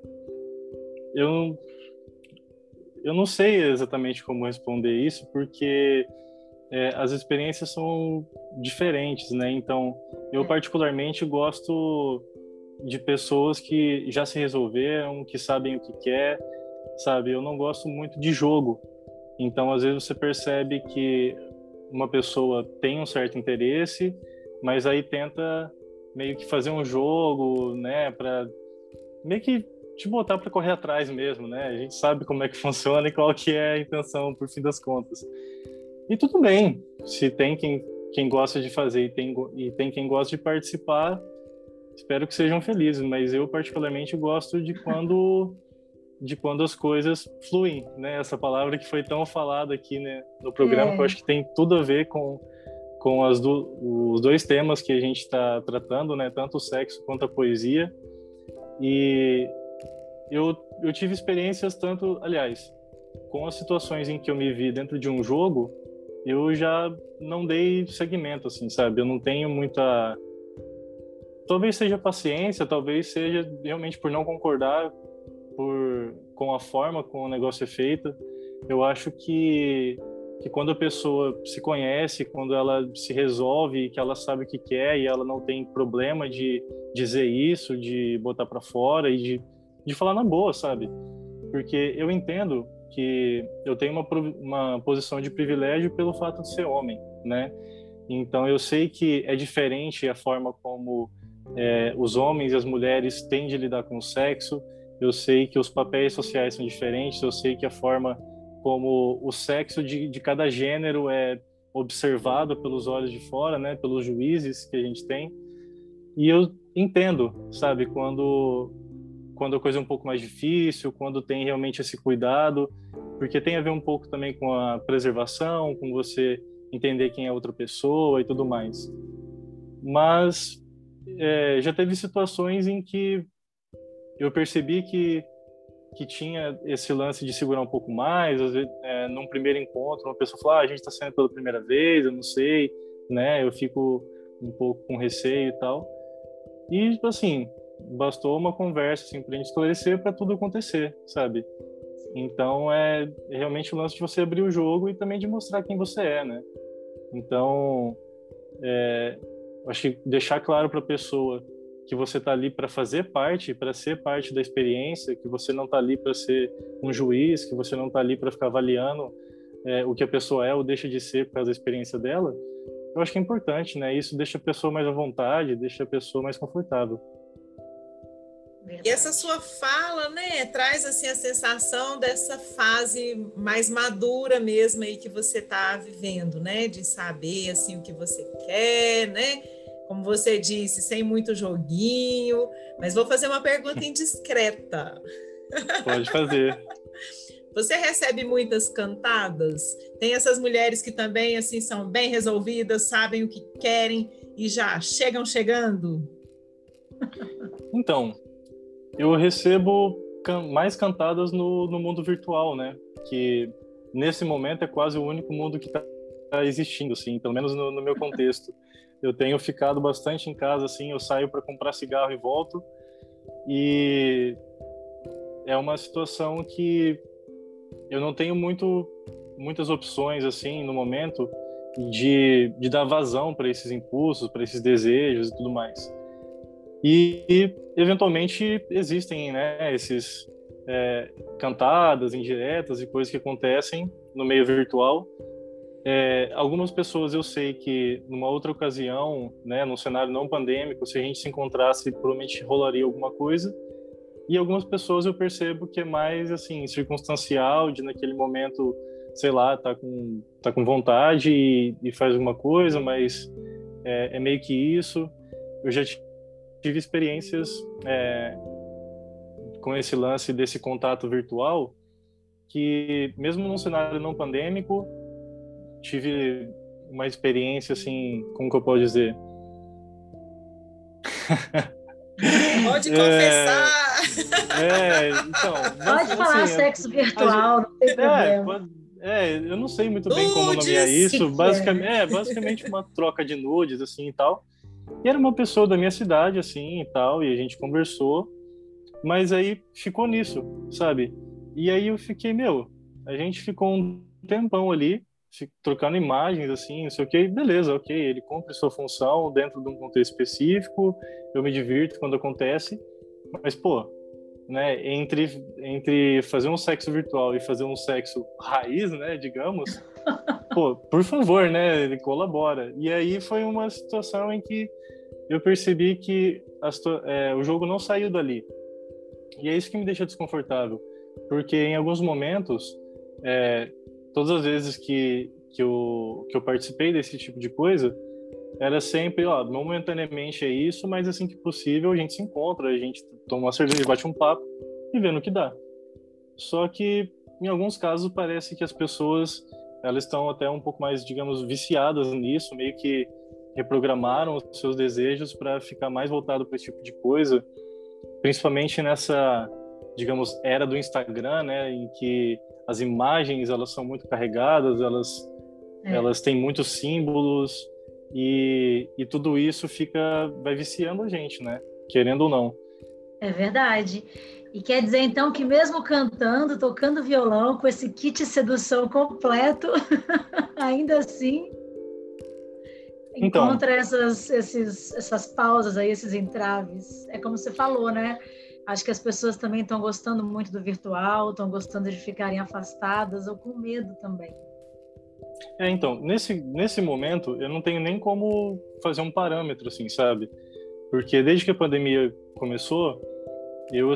eu não sei exatamente como responder isso, porque as experiências são diferentes, né? Então, eu particularmente gosto de pessoas que já se resolveram, que sabem o que quer, sabe? Eu não gosto muito de jogo. Então, às vezes você percebe que uma pessoa tem um certo interesse, mas aí tenta meio que fazer um jogo, né, para meio que te botar para correr atrás mesmo, né? A gente sabe como é que funciona e qual que é a intenção, por fim das contas. E tudo bem, se tem quem gosta de fazer e tem quem gosta de participar, espero que sejam felizes, mas eu particularmente gosto de quando as coisas fluem, né? Essa palavra que foi tão falada aqui, né, no programa, que eu acho que tem tudo a ver com os dois temas que a gente está tratando, né? Tanto o sexo quanto a poesia. E eu tive experiências tanto, aliás, com as situações em que eu me vi dentro de um jogo, eu já não dei seguimento, assim, sabe? Eu não tenho muita... Talvez seja paciência, talvez seja realmente por não concordar com a forma como o negócio é feito. Eu acho que quando a pessoa se conhece, quando ela se resolve, que ela sabe o que quer e ela não tem problema de dizer isso, de botar para fora e de falar na boa, sabe? Porque eu entendo que eu tenho uma posição de privilégio pelo fato de ser homem, né? Então eu sei que é diferente a forma como os homens e as mulheres têm de lidar com o sexo. Eu sei que os papéis sociais são diferentes, eu sei que a forma como o sexo de cada gênero é observado pelos olhos de fora, né, pelos juízes que a gente tem. E eu entendo, sabe, quando a coisa é um pouco mais difícil, quando tem realmente esse cuidado, porque tem a ver um pouco também com a preservação, com você entender quem é outra pessoa e tudo mais. Mas já teve situações em que eu percebi que tinha esse lance de segurar um pouco mais. Às vezes, num primeiro encontro, uma pessoa fala, a gente está saindo pela primeira vez, eu não sei, né? Eu fico um pouco com receio e tal. E, assim, bastou uma conversa, assim, pra gente esclarecer para tudo acontecer, sabe? Então, é realmente o lance de você abrir o jogo e também de mostrar quem você é, né? Então, acho que deixar claro para a pessoa que você está ali para fazer parte, para ser parte da experiência, que você não está ali para ser um juiz, que você não está ali para ficar avaliando o que a pessoa é ou deixa de ser por causa da experiência dela, eu acho que é importante, né? Isso deixa a pessoa mais à vontade, deixa a pessoa mais confortável. E essa sua fala, né, traz assim a sensação dessa fase mais madura mesmo aí que você está vivendo, né, de saber assim o que você quer, né? Como você disse, sem muito joguinho, mas vou fazer uma pergunta indiscreta. Pode fazer. Você recebe muitas cantadas? Tem essas mulheres que também assim são bem resolvidas, sabem o que querem e já chegam chegando? Então, eu recebo mais cantadas no mundo virtual, né? Que nesse momento é quase o único mundo que está existindo, assim, pelo menos no meu contexto. Eu tenho ficado bastante em casa, assim, eu saio para comprar cigarro e volto, e é uma situação que eu não tenho muitas opções, assim, no momento, de dar vazão para esses impulsos, para esses desejos e tudo mais. E eventualmente existem, né, esses cantadas, indiretas e coisas que acontecem no meio virtual. Algumas pessoas eu sei que numa outra ocasião, né, num cenário não pandêmico, se a gente se encontrasse, provavelmente rolaria alguma coisa. E algumas pessoas eu percebo que é mais assim circunstancial, de naquele momento, sei lá, tá com vontade e faz alguma coisa, mas é meio que isso. Eu já tive experiências com esse lance desse contato virtual, que mesmo num cenário não pandêmico, tive uma experiência assim, como que eu posso dizer? Pode confessar! Então... Pode falar assim, sexo virtual, não tem problema. Eu não sei muito bem como nomear isso. Basicamente uma troca de nudes, assim, e tal. E era uma pessoa da minha cidade, assim, e tal, e a gente conversou, mas aí ficou nisso, sabe? E aí eu fiquei, a gente ficou um tempão ali, trocando imagens, assim, não sei o que, beleza, ok, ele cumpre sua função dentro de um contexto específico, eu me divirto quando acontece, mas, né, entre fazer um sexo virtual e fazer um sexo raiz, né, digamos, pô, por favor, né, ele colabora. E aí foi uma situação em que eu percebi que o jogo não saiu dali. E é isso que me deixa desconfortável, porque em alguns momentos, todas as vezes que eu participei desse tipo de coisa, era sempre, ó, momentaneamente é isso, mas assim que possível a gente se encontra, a gente toma uma cerveja, bate um papo e vê no que dá. Só que em alguns casos parece que as pessoas, elas estão até um pouco mais, digamos, viciadas nisso, meio que reprogramaram os seus desejos para ficar mais voltado para esse tipo de coisa, principalmente nessa, digamos, era do Instagram, né, em que as imagens, elas são muito carregadas, elas têm muitos símbolos, e tudo isso vai viciando a gente, né? Querendo ou não. É verdade. E quer dizer, então, que mesmo cantando, tocando violão, com esse kit sedução completo, ainda assim, encontra essas pausas aí, esses entraves. É como você falou, né? Acho que as pessoas também estão gostando muito do virtual, estão gostando de ficarem afastadas ou com medo também. Então, nesse momento, eu não tenho nem como fazer um parâmetro, assim, sabe? Porque desde que a pandemia começou, eu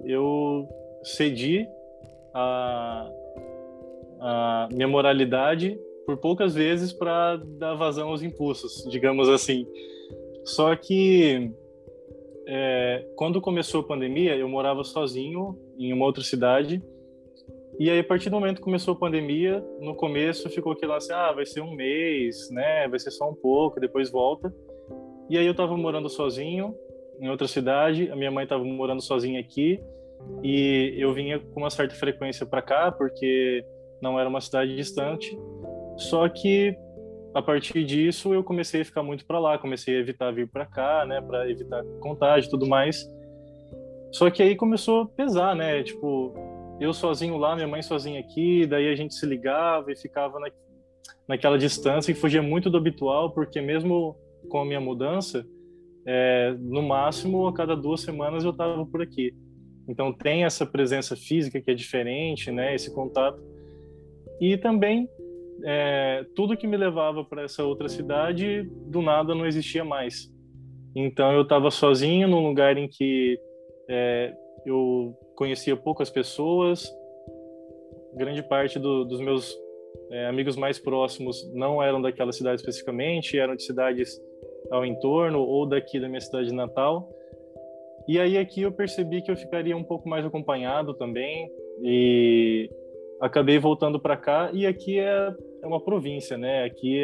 cedi a minha moralidade por poucas vezes para dar vazão aos impulsos, digamos assim. Só que quando começou a pandemia, eu morava sozinho em uma outra cidade. E aí, a partir do momento que começou a pandemia, no começo ficou aquilo assim, vai ser um mês, né? Vai ser só um pouco, depois volta. E aí eu estava morando sozinho em outra cidade, a minha mãe estava morando sozinha aqui, e eu vinha com uma certa frequência para cá, porque não era uma cidade distante. Só que, a partir disso, eu comecei a ficar muito para lá, comecei a evitar vir para cá, né? Para evitar contágio e tudo mais. Só que aí começou a pesar, né? Tipo, eu sozinho lá, minha mãe sozinha aqui, daí a gente se ligava e ficava naquela distância, e fugia muito do habitual, porque mesmo com a minha mudança, no máximo a cada 2 semanas eu estava por aqui. Então tem essa presença física que é diferente, né, esse contato. E também tudo que me levava para essa outra cidade, do nada não existia mais. Então eu estava sozinho num lugar em que eu conhecia poucas pessoas, grande parte dos meus amigos mais próximos não eram daquela cidade especificamente, eram de cidades ao entorno ou daqui da minha cidade natal. E aí aqui eu percebi que eu ficaria um pouco mais acompanhado também, e acabei voltando para cá. E aqui é uma província, né? Aqui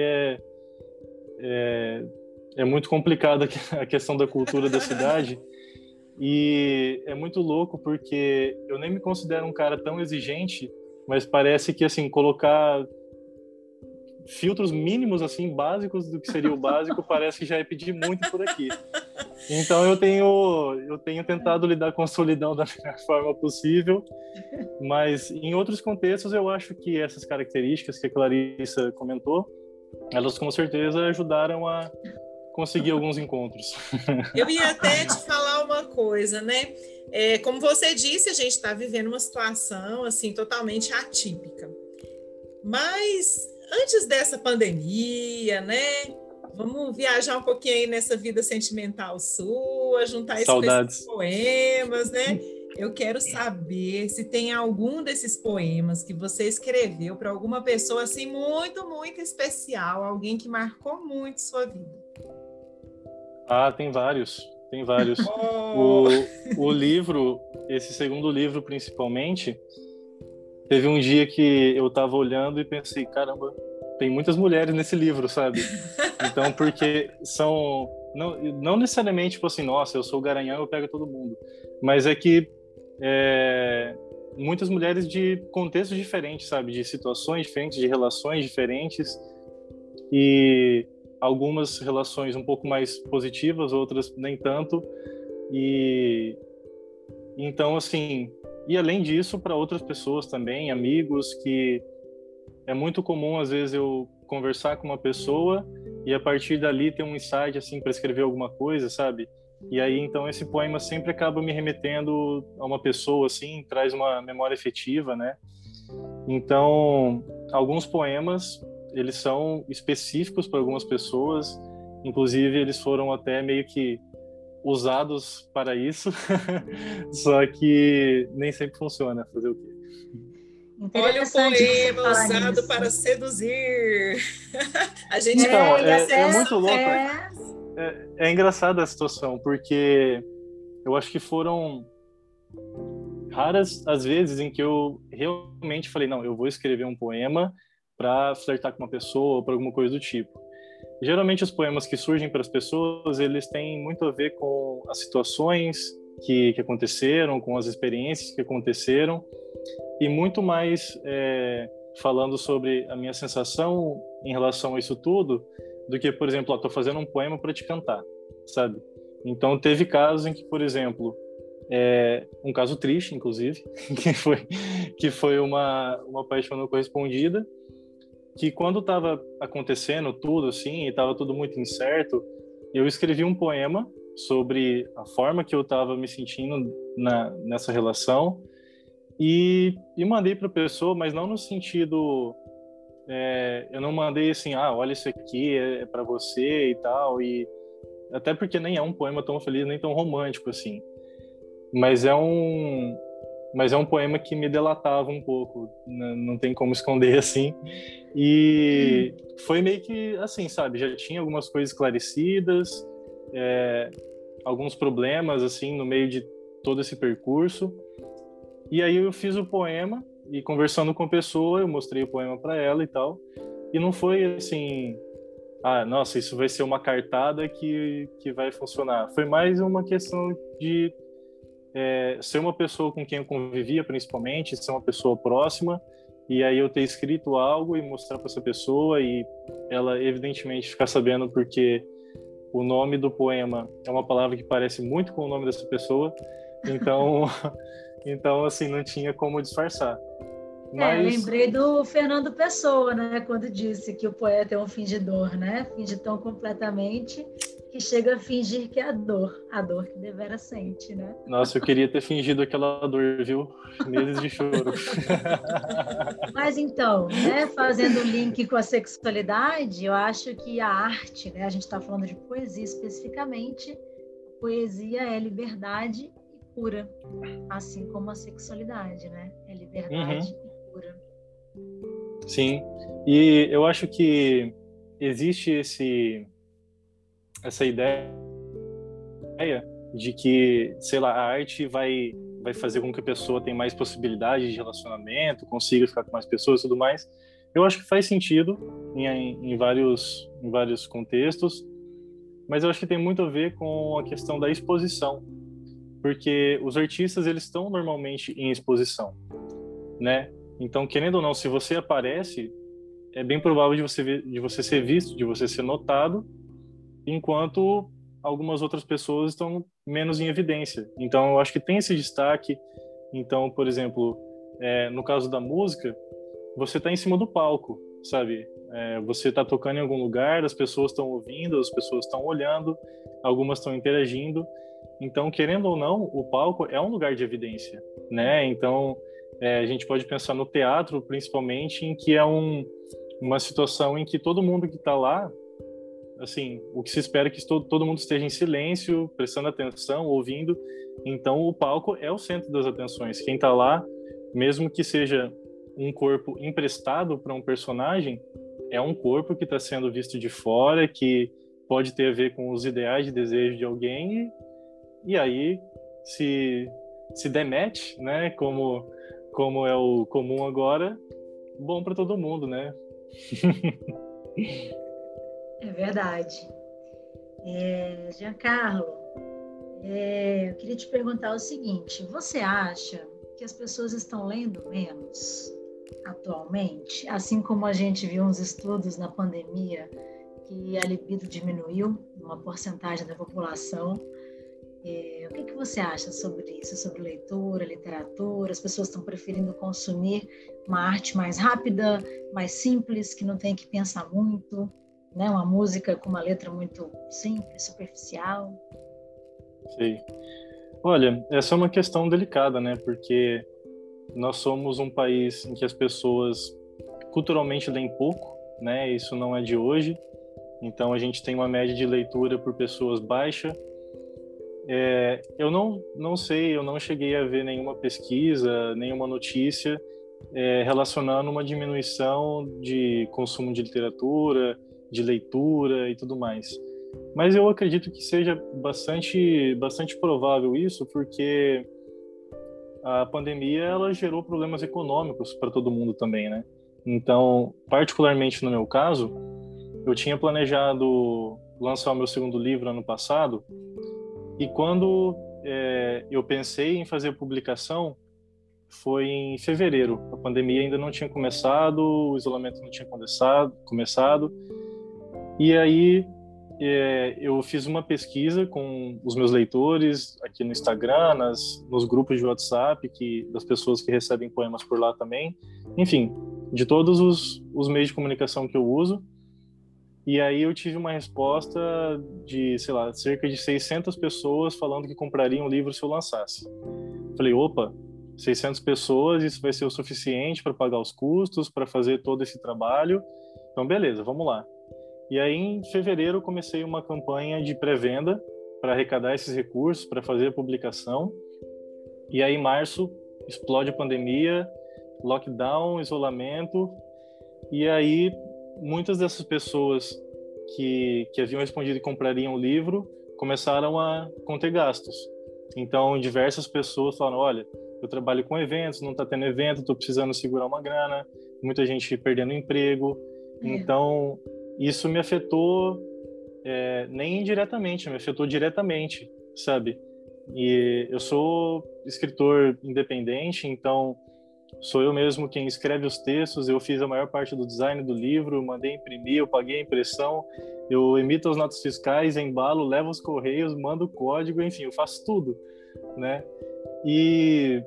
é muito complicada a questão da cultura da cidade. E é muito louco porque eu nem me considero um cara tão exigente, mas parece que, assim, colocar filtros mínimos, assim, básicos do que seria o básico, parece que já é pedir muito por aqui. Então eu tenho tentado lidar com a solidão da melhor forma possível, mas em outros contextos eu acho que essas características que a Clarissa comentou, elas com certeza ajudaram a conseguir alguns encontros. Eu ia até te falar uma coisa, né? Como você disse, a gente está vivendo uma situação assim totalmente atípica. Mas antes dessa pandemia, né? Vamos viajar um pouquinho aí nessa vida sentimental sua, juntar isso com esses poemas, né? Eu quero saber se tem algum desses poemas que você escreveu para alguma pessoa assim muito, muito especial, alguém que marcou muito sua vida. Tem vários. O livro, esse segundo livro principalmente, teve um dia que eu estava olhando e pensei, caramba, tem muitas mulheres nesse livro, sabe? Então, porque são... Não necessariamente, tipo assim, nossa, eu sou o garanhão, eu pego todo mundo. Mas é que muitas mulheres de contextos diferentes, sabe? De situações diferentes, de relações diferentes. E algumas relações um pouco mais positivas, outras nem tanto. E então, assim... E além disso, para outras pessoas também, amigos, que é muito comum, às vezes, eu conversar com uma pessoa e a partir dali ter um insight, assim, para escrever alguma coisa, sabe? E aí, então, esse poema sempre acaba me remetendo a uma pessoa, assim, traz uma memória afetiva, né? Então, alguns poemas, eles são específicos para algumas pessoas, inclusive eles foram até meio que usados para isso, só que nem sempre funciona, fazer o quê? Olha o poema usado nisso. Para seduzir. A gente então, é muito louco. É engraçada a situação, porque eu acho que foram raras as vezes em que eu realmente falei, não, eu vou escrever um poema para flertar com uma pessoa ou para alguma coisa do tipo. Geralmente os poemas que surgem para as pessoas, eles têm muito a ver com as situações que aconteceram, com as experiências que aconteceram, e muito mais falando sobre a minha sensação em relação a isso tudo, do que, por exemplo, estou fazendo um poema para te cantar, sabe? Então, teve casos em que, por exemplo, um caso triste, inclusive, que foi uma paixão não correspondida, que quando estava acontecendo tudo, assim, e estava tudo muito incerto, eu escrevi um poema sobre a forma que eu estava me sentindo nessa relação e mandei para a pessoa, mas não no sentido... eu não mandei assim, olha isso aqui, é para você e tal, e até porque nem é um poema tão feliz, nem tão romântico assim, mas é um poema que me delatava um pouco, não tem como esconder assim, e foi meio que assim, sabe, já tinha algumas coisas esclarecidas, alguns problemas assim no meio de todo esse percurso, e aí eu fiz o poema e conversando com a pessoa, eu mostrei o poema para ela e tal. E não foi assim, nossa, isso vai ser uma cartada que vai funcionar. Foi mais uma questão de ser uma pessoa com quem eu convivia, principalmente, ser uma pessoa próxima. E aí eu ter escrito algo e mostrar para essa pessoa e ela, evidentemente, ficar sabendo porque o nome do poema é uma palavra que parece muito com o nome dessa pessoa. Então assim, não tinha como disfarçar. Eu lembrei do Fernando Pessoa, né, quando disse que o poeta é um fingidor, né? Finge tão completamente que chega a fingir que é a dor que devera sente, né? Nossa, eu queria ter fingido aquela dor, viu? Meses de choro. Mas então, né, fazendo o link com a sexualidade, eu acho que a arte, né, a gente está falando de poesia especificamente, poesia é liberdade e cura, assim como a sexualidade, né? É liberdade e cura. Sim, e eu acho que existe essa ideia de que, sei lá, a arte vai fazer com que a pessoa tenha mais possibilidades de relacionamento, consiga ficar com mais pessoas e tudo mais. Eu acho que faz sentido em vários contextos, mas eu acho que tem muito a ver com a questão da exposição, porque os artistas, eles estão normalmente em exposição, né? Então, querendo ou não, se você aparece, é bem provável de você ser visto, de você ser notado, enquanto algumas outras pessoas estão menos em evidência. Então, eu acho que tem esse destaque. Então, por exemplo, no caso da música, você está em cima do palco, sabe? Você está tocando em algum lugar, as pessoas estão ouvindo, as pessoas estão olhando, algumas estão interagindo. Então, querendo ou não, o palco é um lugar de evidência, né? Então, a gente pode pensar no teatro, principalmente, em que é uma situação em que todo mundo que está lá, assim, o que se espera é que todo mundo esteja em silêncio, prestando atenção, ouvindo. Então, o palco é o centro das atenções. Quem está lá, mesmo que seja um corpo emprestado para um personagem, é um corpo que está sendo visto de fora, que pode ter a ver com os ideais de desejo de alguém, e aí se demete, né, como é o comum agora, bom para todo mundo, né? É verdade. Giancarlo, eu queria te perguntar o seguinte: você acha que as pessoas estão lendo menos atualmente? Assim como a gente viu uns estudos na pandemia que a libido diminuiu numa porcentagem da população. O que você acha sobre isso? Sobre leitura, literatura? As pessoas estão preferindo consumir uma arte mais rápida, mais simples, que não tem que pensar muito, né? Uma música com uma letra muito simples, superficial? Sei. Olha, essa é uma questão delicada, né? Porque nós somos um país em que as pessoas culturalmente leem pouco, né? Isso não é de hoje. Então a gente tem uma média de leitura por pessoas baixa. Eu não sei, eu não cheguei a ver nenhuma pesquisa, nenhuma notícia relacionando uma diminuição de consumo de literatura, de leitura e tudo mais. Mas eu acredito que seja bastante provável isso, porque a pandemia ela gerou problemas econômicos para todo mundo também, né? Então, particularmente no meu caso, eu tinha planejado lançar o meu segundo livro ano passado, e quando eu pensei em fazer a publicação, foi em fevereiro. A pandemia ainda não tinha começado, o isolamento não tinha começado. E aí eu fiz uma pesquisa com os meus leitores aqui no Instagram, nos grupos de WhatsApp, das pessoas que recebem poemas por lá também. Enfim, de todos os meios de comunicação que eu uso. E aí eu tive uma resposta de, sei lá, cerca de 600 pessoas falando que comprariam o livro se eu lançasse. Falei, opa, 600 pessoas, isso vai ser o suficiente para pagar os custos, para fazer todo esse trabalho. Então, beleza, vamos lá. E aí, em fevereiro, eu comecei uma campanha de pré-venda para arrecadar esses recursos, para fazer a publicação. E aí, em março, explode a pandemia, lockdown, isolamento. E aí, muitas dessas pessoas que haviam respondido que comprariam o livro começaram a conter gastos. Então, diversas pessoas falaram, olha, eu trabalho com eventos, não está tendo evento, estou precisando segurar uma grana, muita gente perdendo emprego. Então, isso me afetou nem indiretamente, me afetou diretamente, sabe? E eu sou escritor independente, então sou eu mesmo quem escreve os textos, eu fiz a maior parte do design do livro, mandei imprimir, eu paguei a impressão, eu emito as notas fiscais, embalo, levo os correios, mando o código, enfim, eu faço tudo, né? E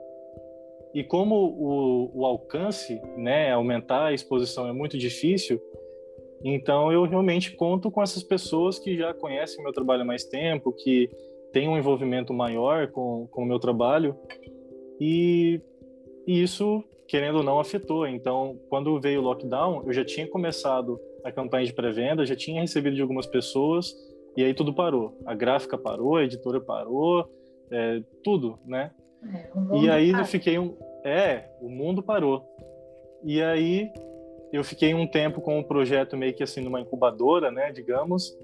como o alcance, né, aumentar a exposição é muito difícil, então eu realmente conto com essas pessoas que já conhecem meu trabalho há mais tempo, que têm um envolvimento maior com o meu trabalho, e isso, querendo ou não, afetou. Então, quando veio o lockdown, eu já tinha começado a campanha de pré-venda, já tinha recebido de algumas pessoas, e aí tudo parou. A gráfica parou, a editora parou, tudo, né? E aí eu fiquei o mundo parou. E aí eu fiquei um tempo com o projeto meio que assim numa incubadora, né, digamos.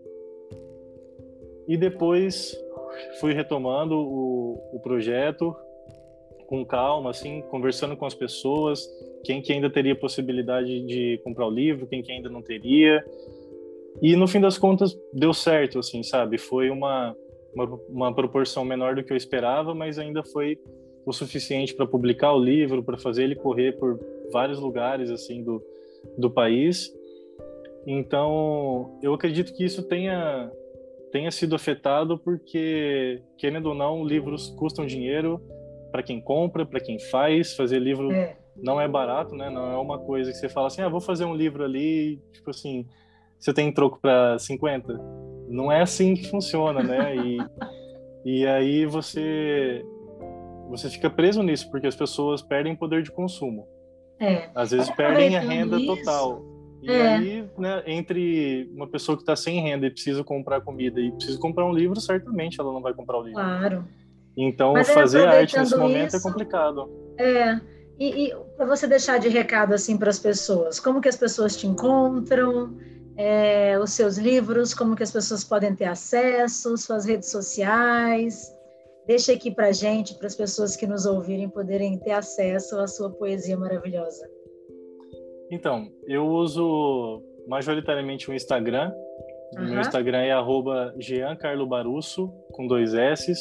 E depois fui retomando o projeto com calma, assim, conversando com as pessoas, quem que ainda teria possibilidade de comprar o livro, quem que ainda não teria. E no fim das contas deu certo, assim, sabe? Foi uma proporção menor do que eu esperava, mas ainda foi o suficiente para publicar o livro, para fazer ele correr por vários lugares assim do país. Então, eu acredito que isso tenha sido afetado porque, querendo ou não, livros custam dinheiro para quem compra, para quem faz. Fazer livro não é barato, né? Não é uma coisa que você fala assim, vou fazer um livro ali, tipo assim, você tem troco para 50? Não é assim que funciona, né? E aí você fica preso nisso, porque as pessoas perdem poder de consumo. Às vezes perdem a renda total. E aí, né, entre uma pessoa que está sem renda e precisa comprar comida e precisa comprar um livro, certamente ela não vai comprar o livro. Claro. Então, fazer arte nesse momento é complicado. E para você deixar de recado assim para as pessoas, como que as pessoas te encontram, os seus livros, como que as pessoas podem ter acesso, suas redes sociais? Deixa aqui para a gente, para as pessoas que nos ouvirem poderem ter acesso à sua poesia maravilhosa. Então, eu uso majoritariamente o Instagram. Meu Instagram é @jeancarlobarusso, com 2 S's.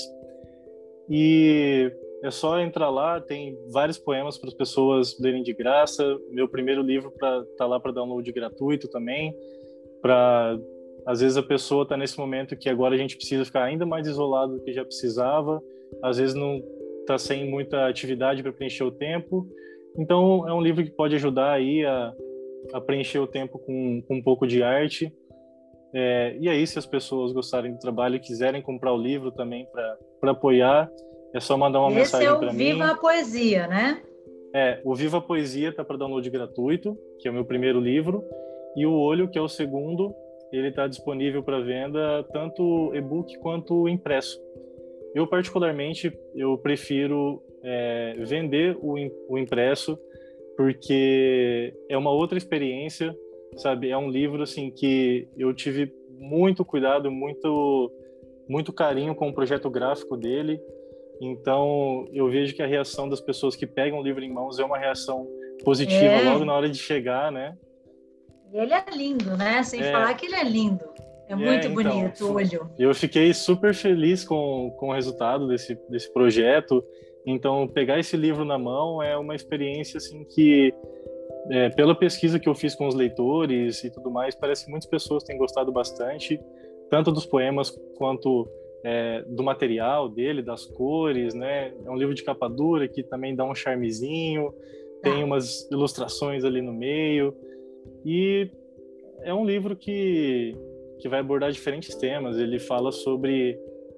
E é só entrar lá, tem vários poemas para as pessoas lerem de graça. Meu primeiro livro tá lá para download gratuito também. Às vezes a pessoa está nesse momento que agora a gente precisa ficar ainda mais isolado do que já precisava. Às vezes não está sem muita atividade para preencher o tempo. Então, é um livro que pode ajudar aí a preencher o tempo com um pouco de arte. E aí, se as pessoas gostarem do trabalho e quiserem comprar o livro também para apoiar, é só mandar uma mensagem para mim. Esse é o Viva a Poesia, né? O Viva a Poesia está para download gratuito, que é o meu primeiro livro, e o Olho, que é o segundo, ele está disponível para venda, tanto e-book quanto impresso. Eu, particularmente, eu prefiro vender o impresso, porque é uma outra experiência, sabe? É um livro assim, que eu tive muito cuidado, muito carinho com o projeto gráfico dele. Então, eu vejo que a reação das pessoas que pegam o livro em mãos é uma reação positiva logo na hora de chegar, né? E ele é lindo, né? Sem falar que ele é lindo. É muito bonito o Olho. Eu fiquei super feliz com o resultado desse projeto. Então, pegar esse livro na mão é uma experiência assim que, pela pesquisa que eu fiz com os leitores e tudo mais, parece que muitas pessoas têm gostado bastante, tanto dos poemas quanto do material dele, das cores, né? É um livro de capa dura que também dá um charmezinho, tem umas ilustrações ali no meio, e é um livro que vai abordar diferentes temas. Ele fala sobre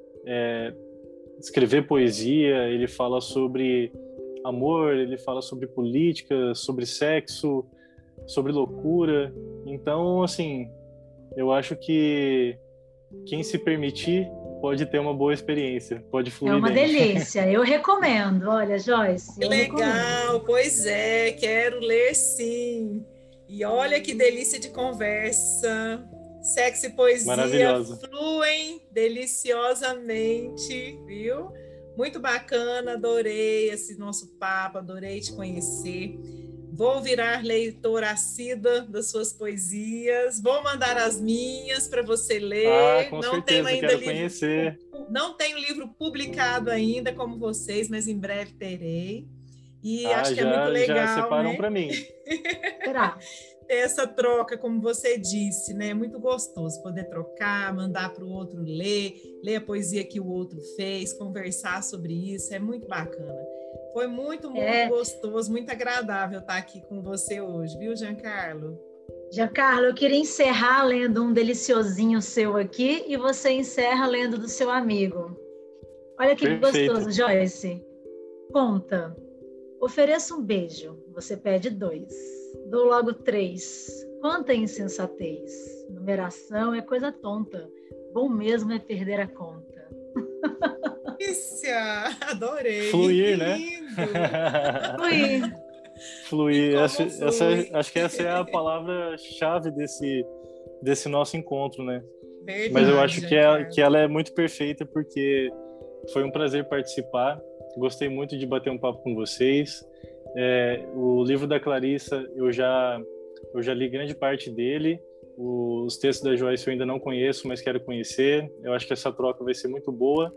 escrever poesia, ele fala sobre amor, ele fala sobre política, sobre sexo, sobre loucura. Então, assim, eu acho que quem se permitir pode ter uma boa experiência, pode fluir bem. É uma delícia, eu recomendo. Olha, Joyce, que legal, pois quero ler sim. E olha que delícia de conversa. Sexo e poesia fluem deliciosamente, viu? Muito bacana, adorei esse nosso papo, adorei te conhecer. Vou virar leitora assídua das suas poesias, vou mandar as minhas para você ler. Com certeza, quero conhecer. Não tenho livro publicado ainda como vocês, mas em breve terei. E acho que é muito legal, já separam, né? para mim. Será? Ter essa troca, como você disse, né? É muito gostoso poder trocar, mandar para o outro ler a poesia que o outro fez, conversar sobre isso, é muito bacana. Foi muito gostoso, muito agradável estar aqui com você hoje, viu, Giancarlo? Giancarlo, eu queria encerrar lendo um deliciosinho seu aqui e você encerra lendo do seu amigo. Olha que Perfeito. Gostoso, Joyce. Conta. Ofereço um beijo, você pede 2. Dou logo 3. Quanta insensatez. Numeração é coisa tonta. Bom mesmo é perder a conta. Delícia! Adorei! Fluir, né? Fluir. Acho que essa é a palavra-chave desse nosso encontro, né? Verdade, mas eu acho que ela é muito perfeita, porque foi um prazer participar. Gostei muito de bater um papo com vocês. O livro da Clarissa, eu já li grande parte dele. Os textos da Joyce eu ainda não conheço, mas quero conhecer. Eu acho que essa troca vai ser muito boa.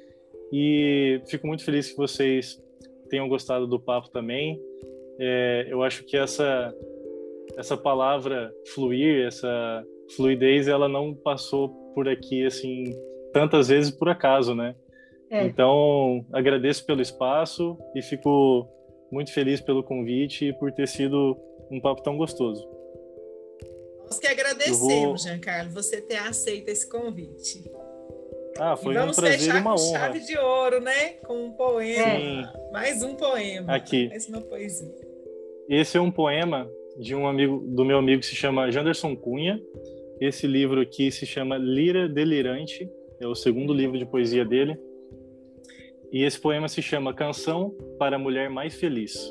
E fico muito feliz que vocês tenham gostado do papo também. Eu acho que essa palavra fluir, essa fluidez, ela não passou por aqui assim tantas vezes por acaso, né? Então, agradeço pelo espaço e fico muito feliz pelo convite e por ter sido um papo tão gostoso. Nós que agradecemos, Giancarlo, você ter aceito esse convite. Foi um prazer e uma honra. Vamos fechar com chave de ouro, né? Com um poema. Sim. Mais um poema. Aqui. Mais uma poesia. Esse é um poema do meu amigo que se chama Janderson Cunha. Esse livro aqui se chama Lira Delirante. É o segundo livro de poesia dele. E esse poema se chama Canção para a Mulher Mais Feliz.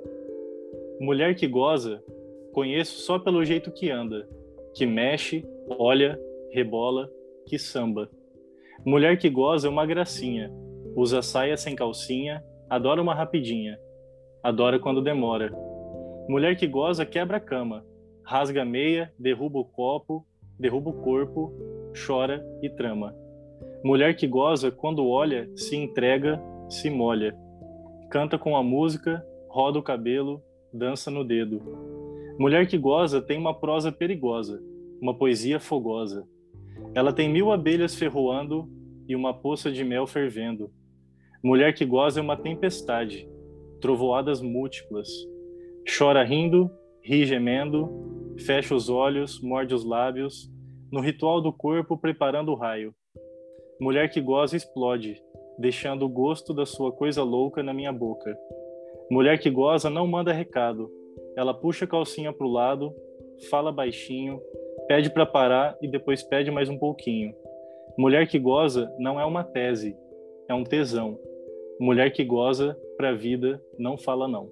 Mulher que goza, conheço só pelo jeito que anda, que mexe, olha, rebola, que samba. Mulher que goza é uma gracinha, usa saia sem calcinha, adora uma rapidinha, adora quando demora. Mulher que goza quebra a cama, rasga a meia, derruba o copo, derruba o corpo, chora e trama. Mulher que goza, quando olha, se entrega, se molha. Canta com a música, roda o cabelo, dança no dedo. Mulher que goza tem uma prosa perigosa, uma poesia fogosa. Ela tem 1000 abelhas ferroando e uma poça de mel fervendo. Mulher que goza é uma tempestade, trovoadas múltiplas. Chora rindo, ri gemendo, fecha os olhos, morde os lábios, no ritual do corpo preparando o raio. Mulher que goza explode, deixando o gosto da sua coisa louca na minha boca. Mulher que goza não manda recado. Ela puxa a calcinha pro lado, fala baixinho, pede para parar e depois pede mais um pouquinho. Mulher que goza não é uma tese, é um tesão. Mulher que goza pra vida não fala não.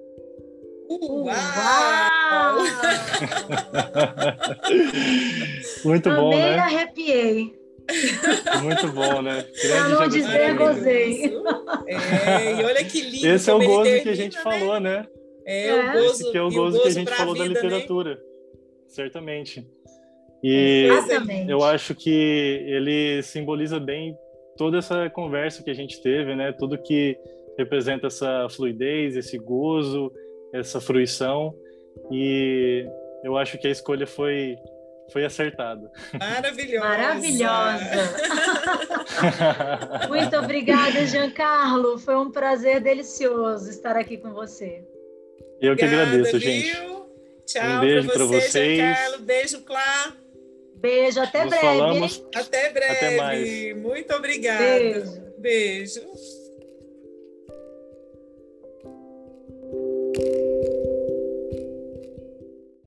Uau! Muito bom, Amei, né? arrepiei. Muito bom, né? Pra não dizer, gozei. E olha que lindo. Esse é o gozo termina, que a gente falou, né? O gozo. Esse que é o gozo que a gente falou da literatura. Né? Certamente. E eu acho que ele simboliza bem toda essa conversa que a gente teve, né? Tudo que representa essa fluidez, esse gozo, essa fruição. E eu acho que a escolha foi acertada. Maravilhosa. Maravilhosa. Muito obrigada, Giancarlo. Foi um prazer delicioso estar aqui com você. Eu que agradeço, gente. Tchau, um beijo para vocês. Giancarlo. Beijo, Clá. Beijo, até breve. Falamos. Até breve. Até mais. Muito obrigada. Beijo. Beijo.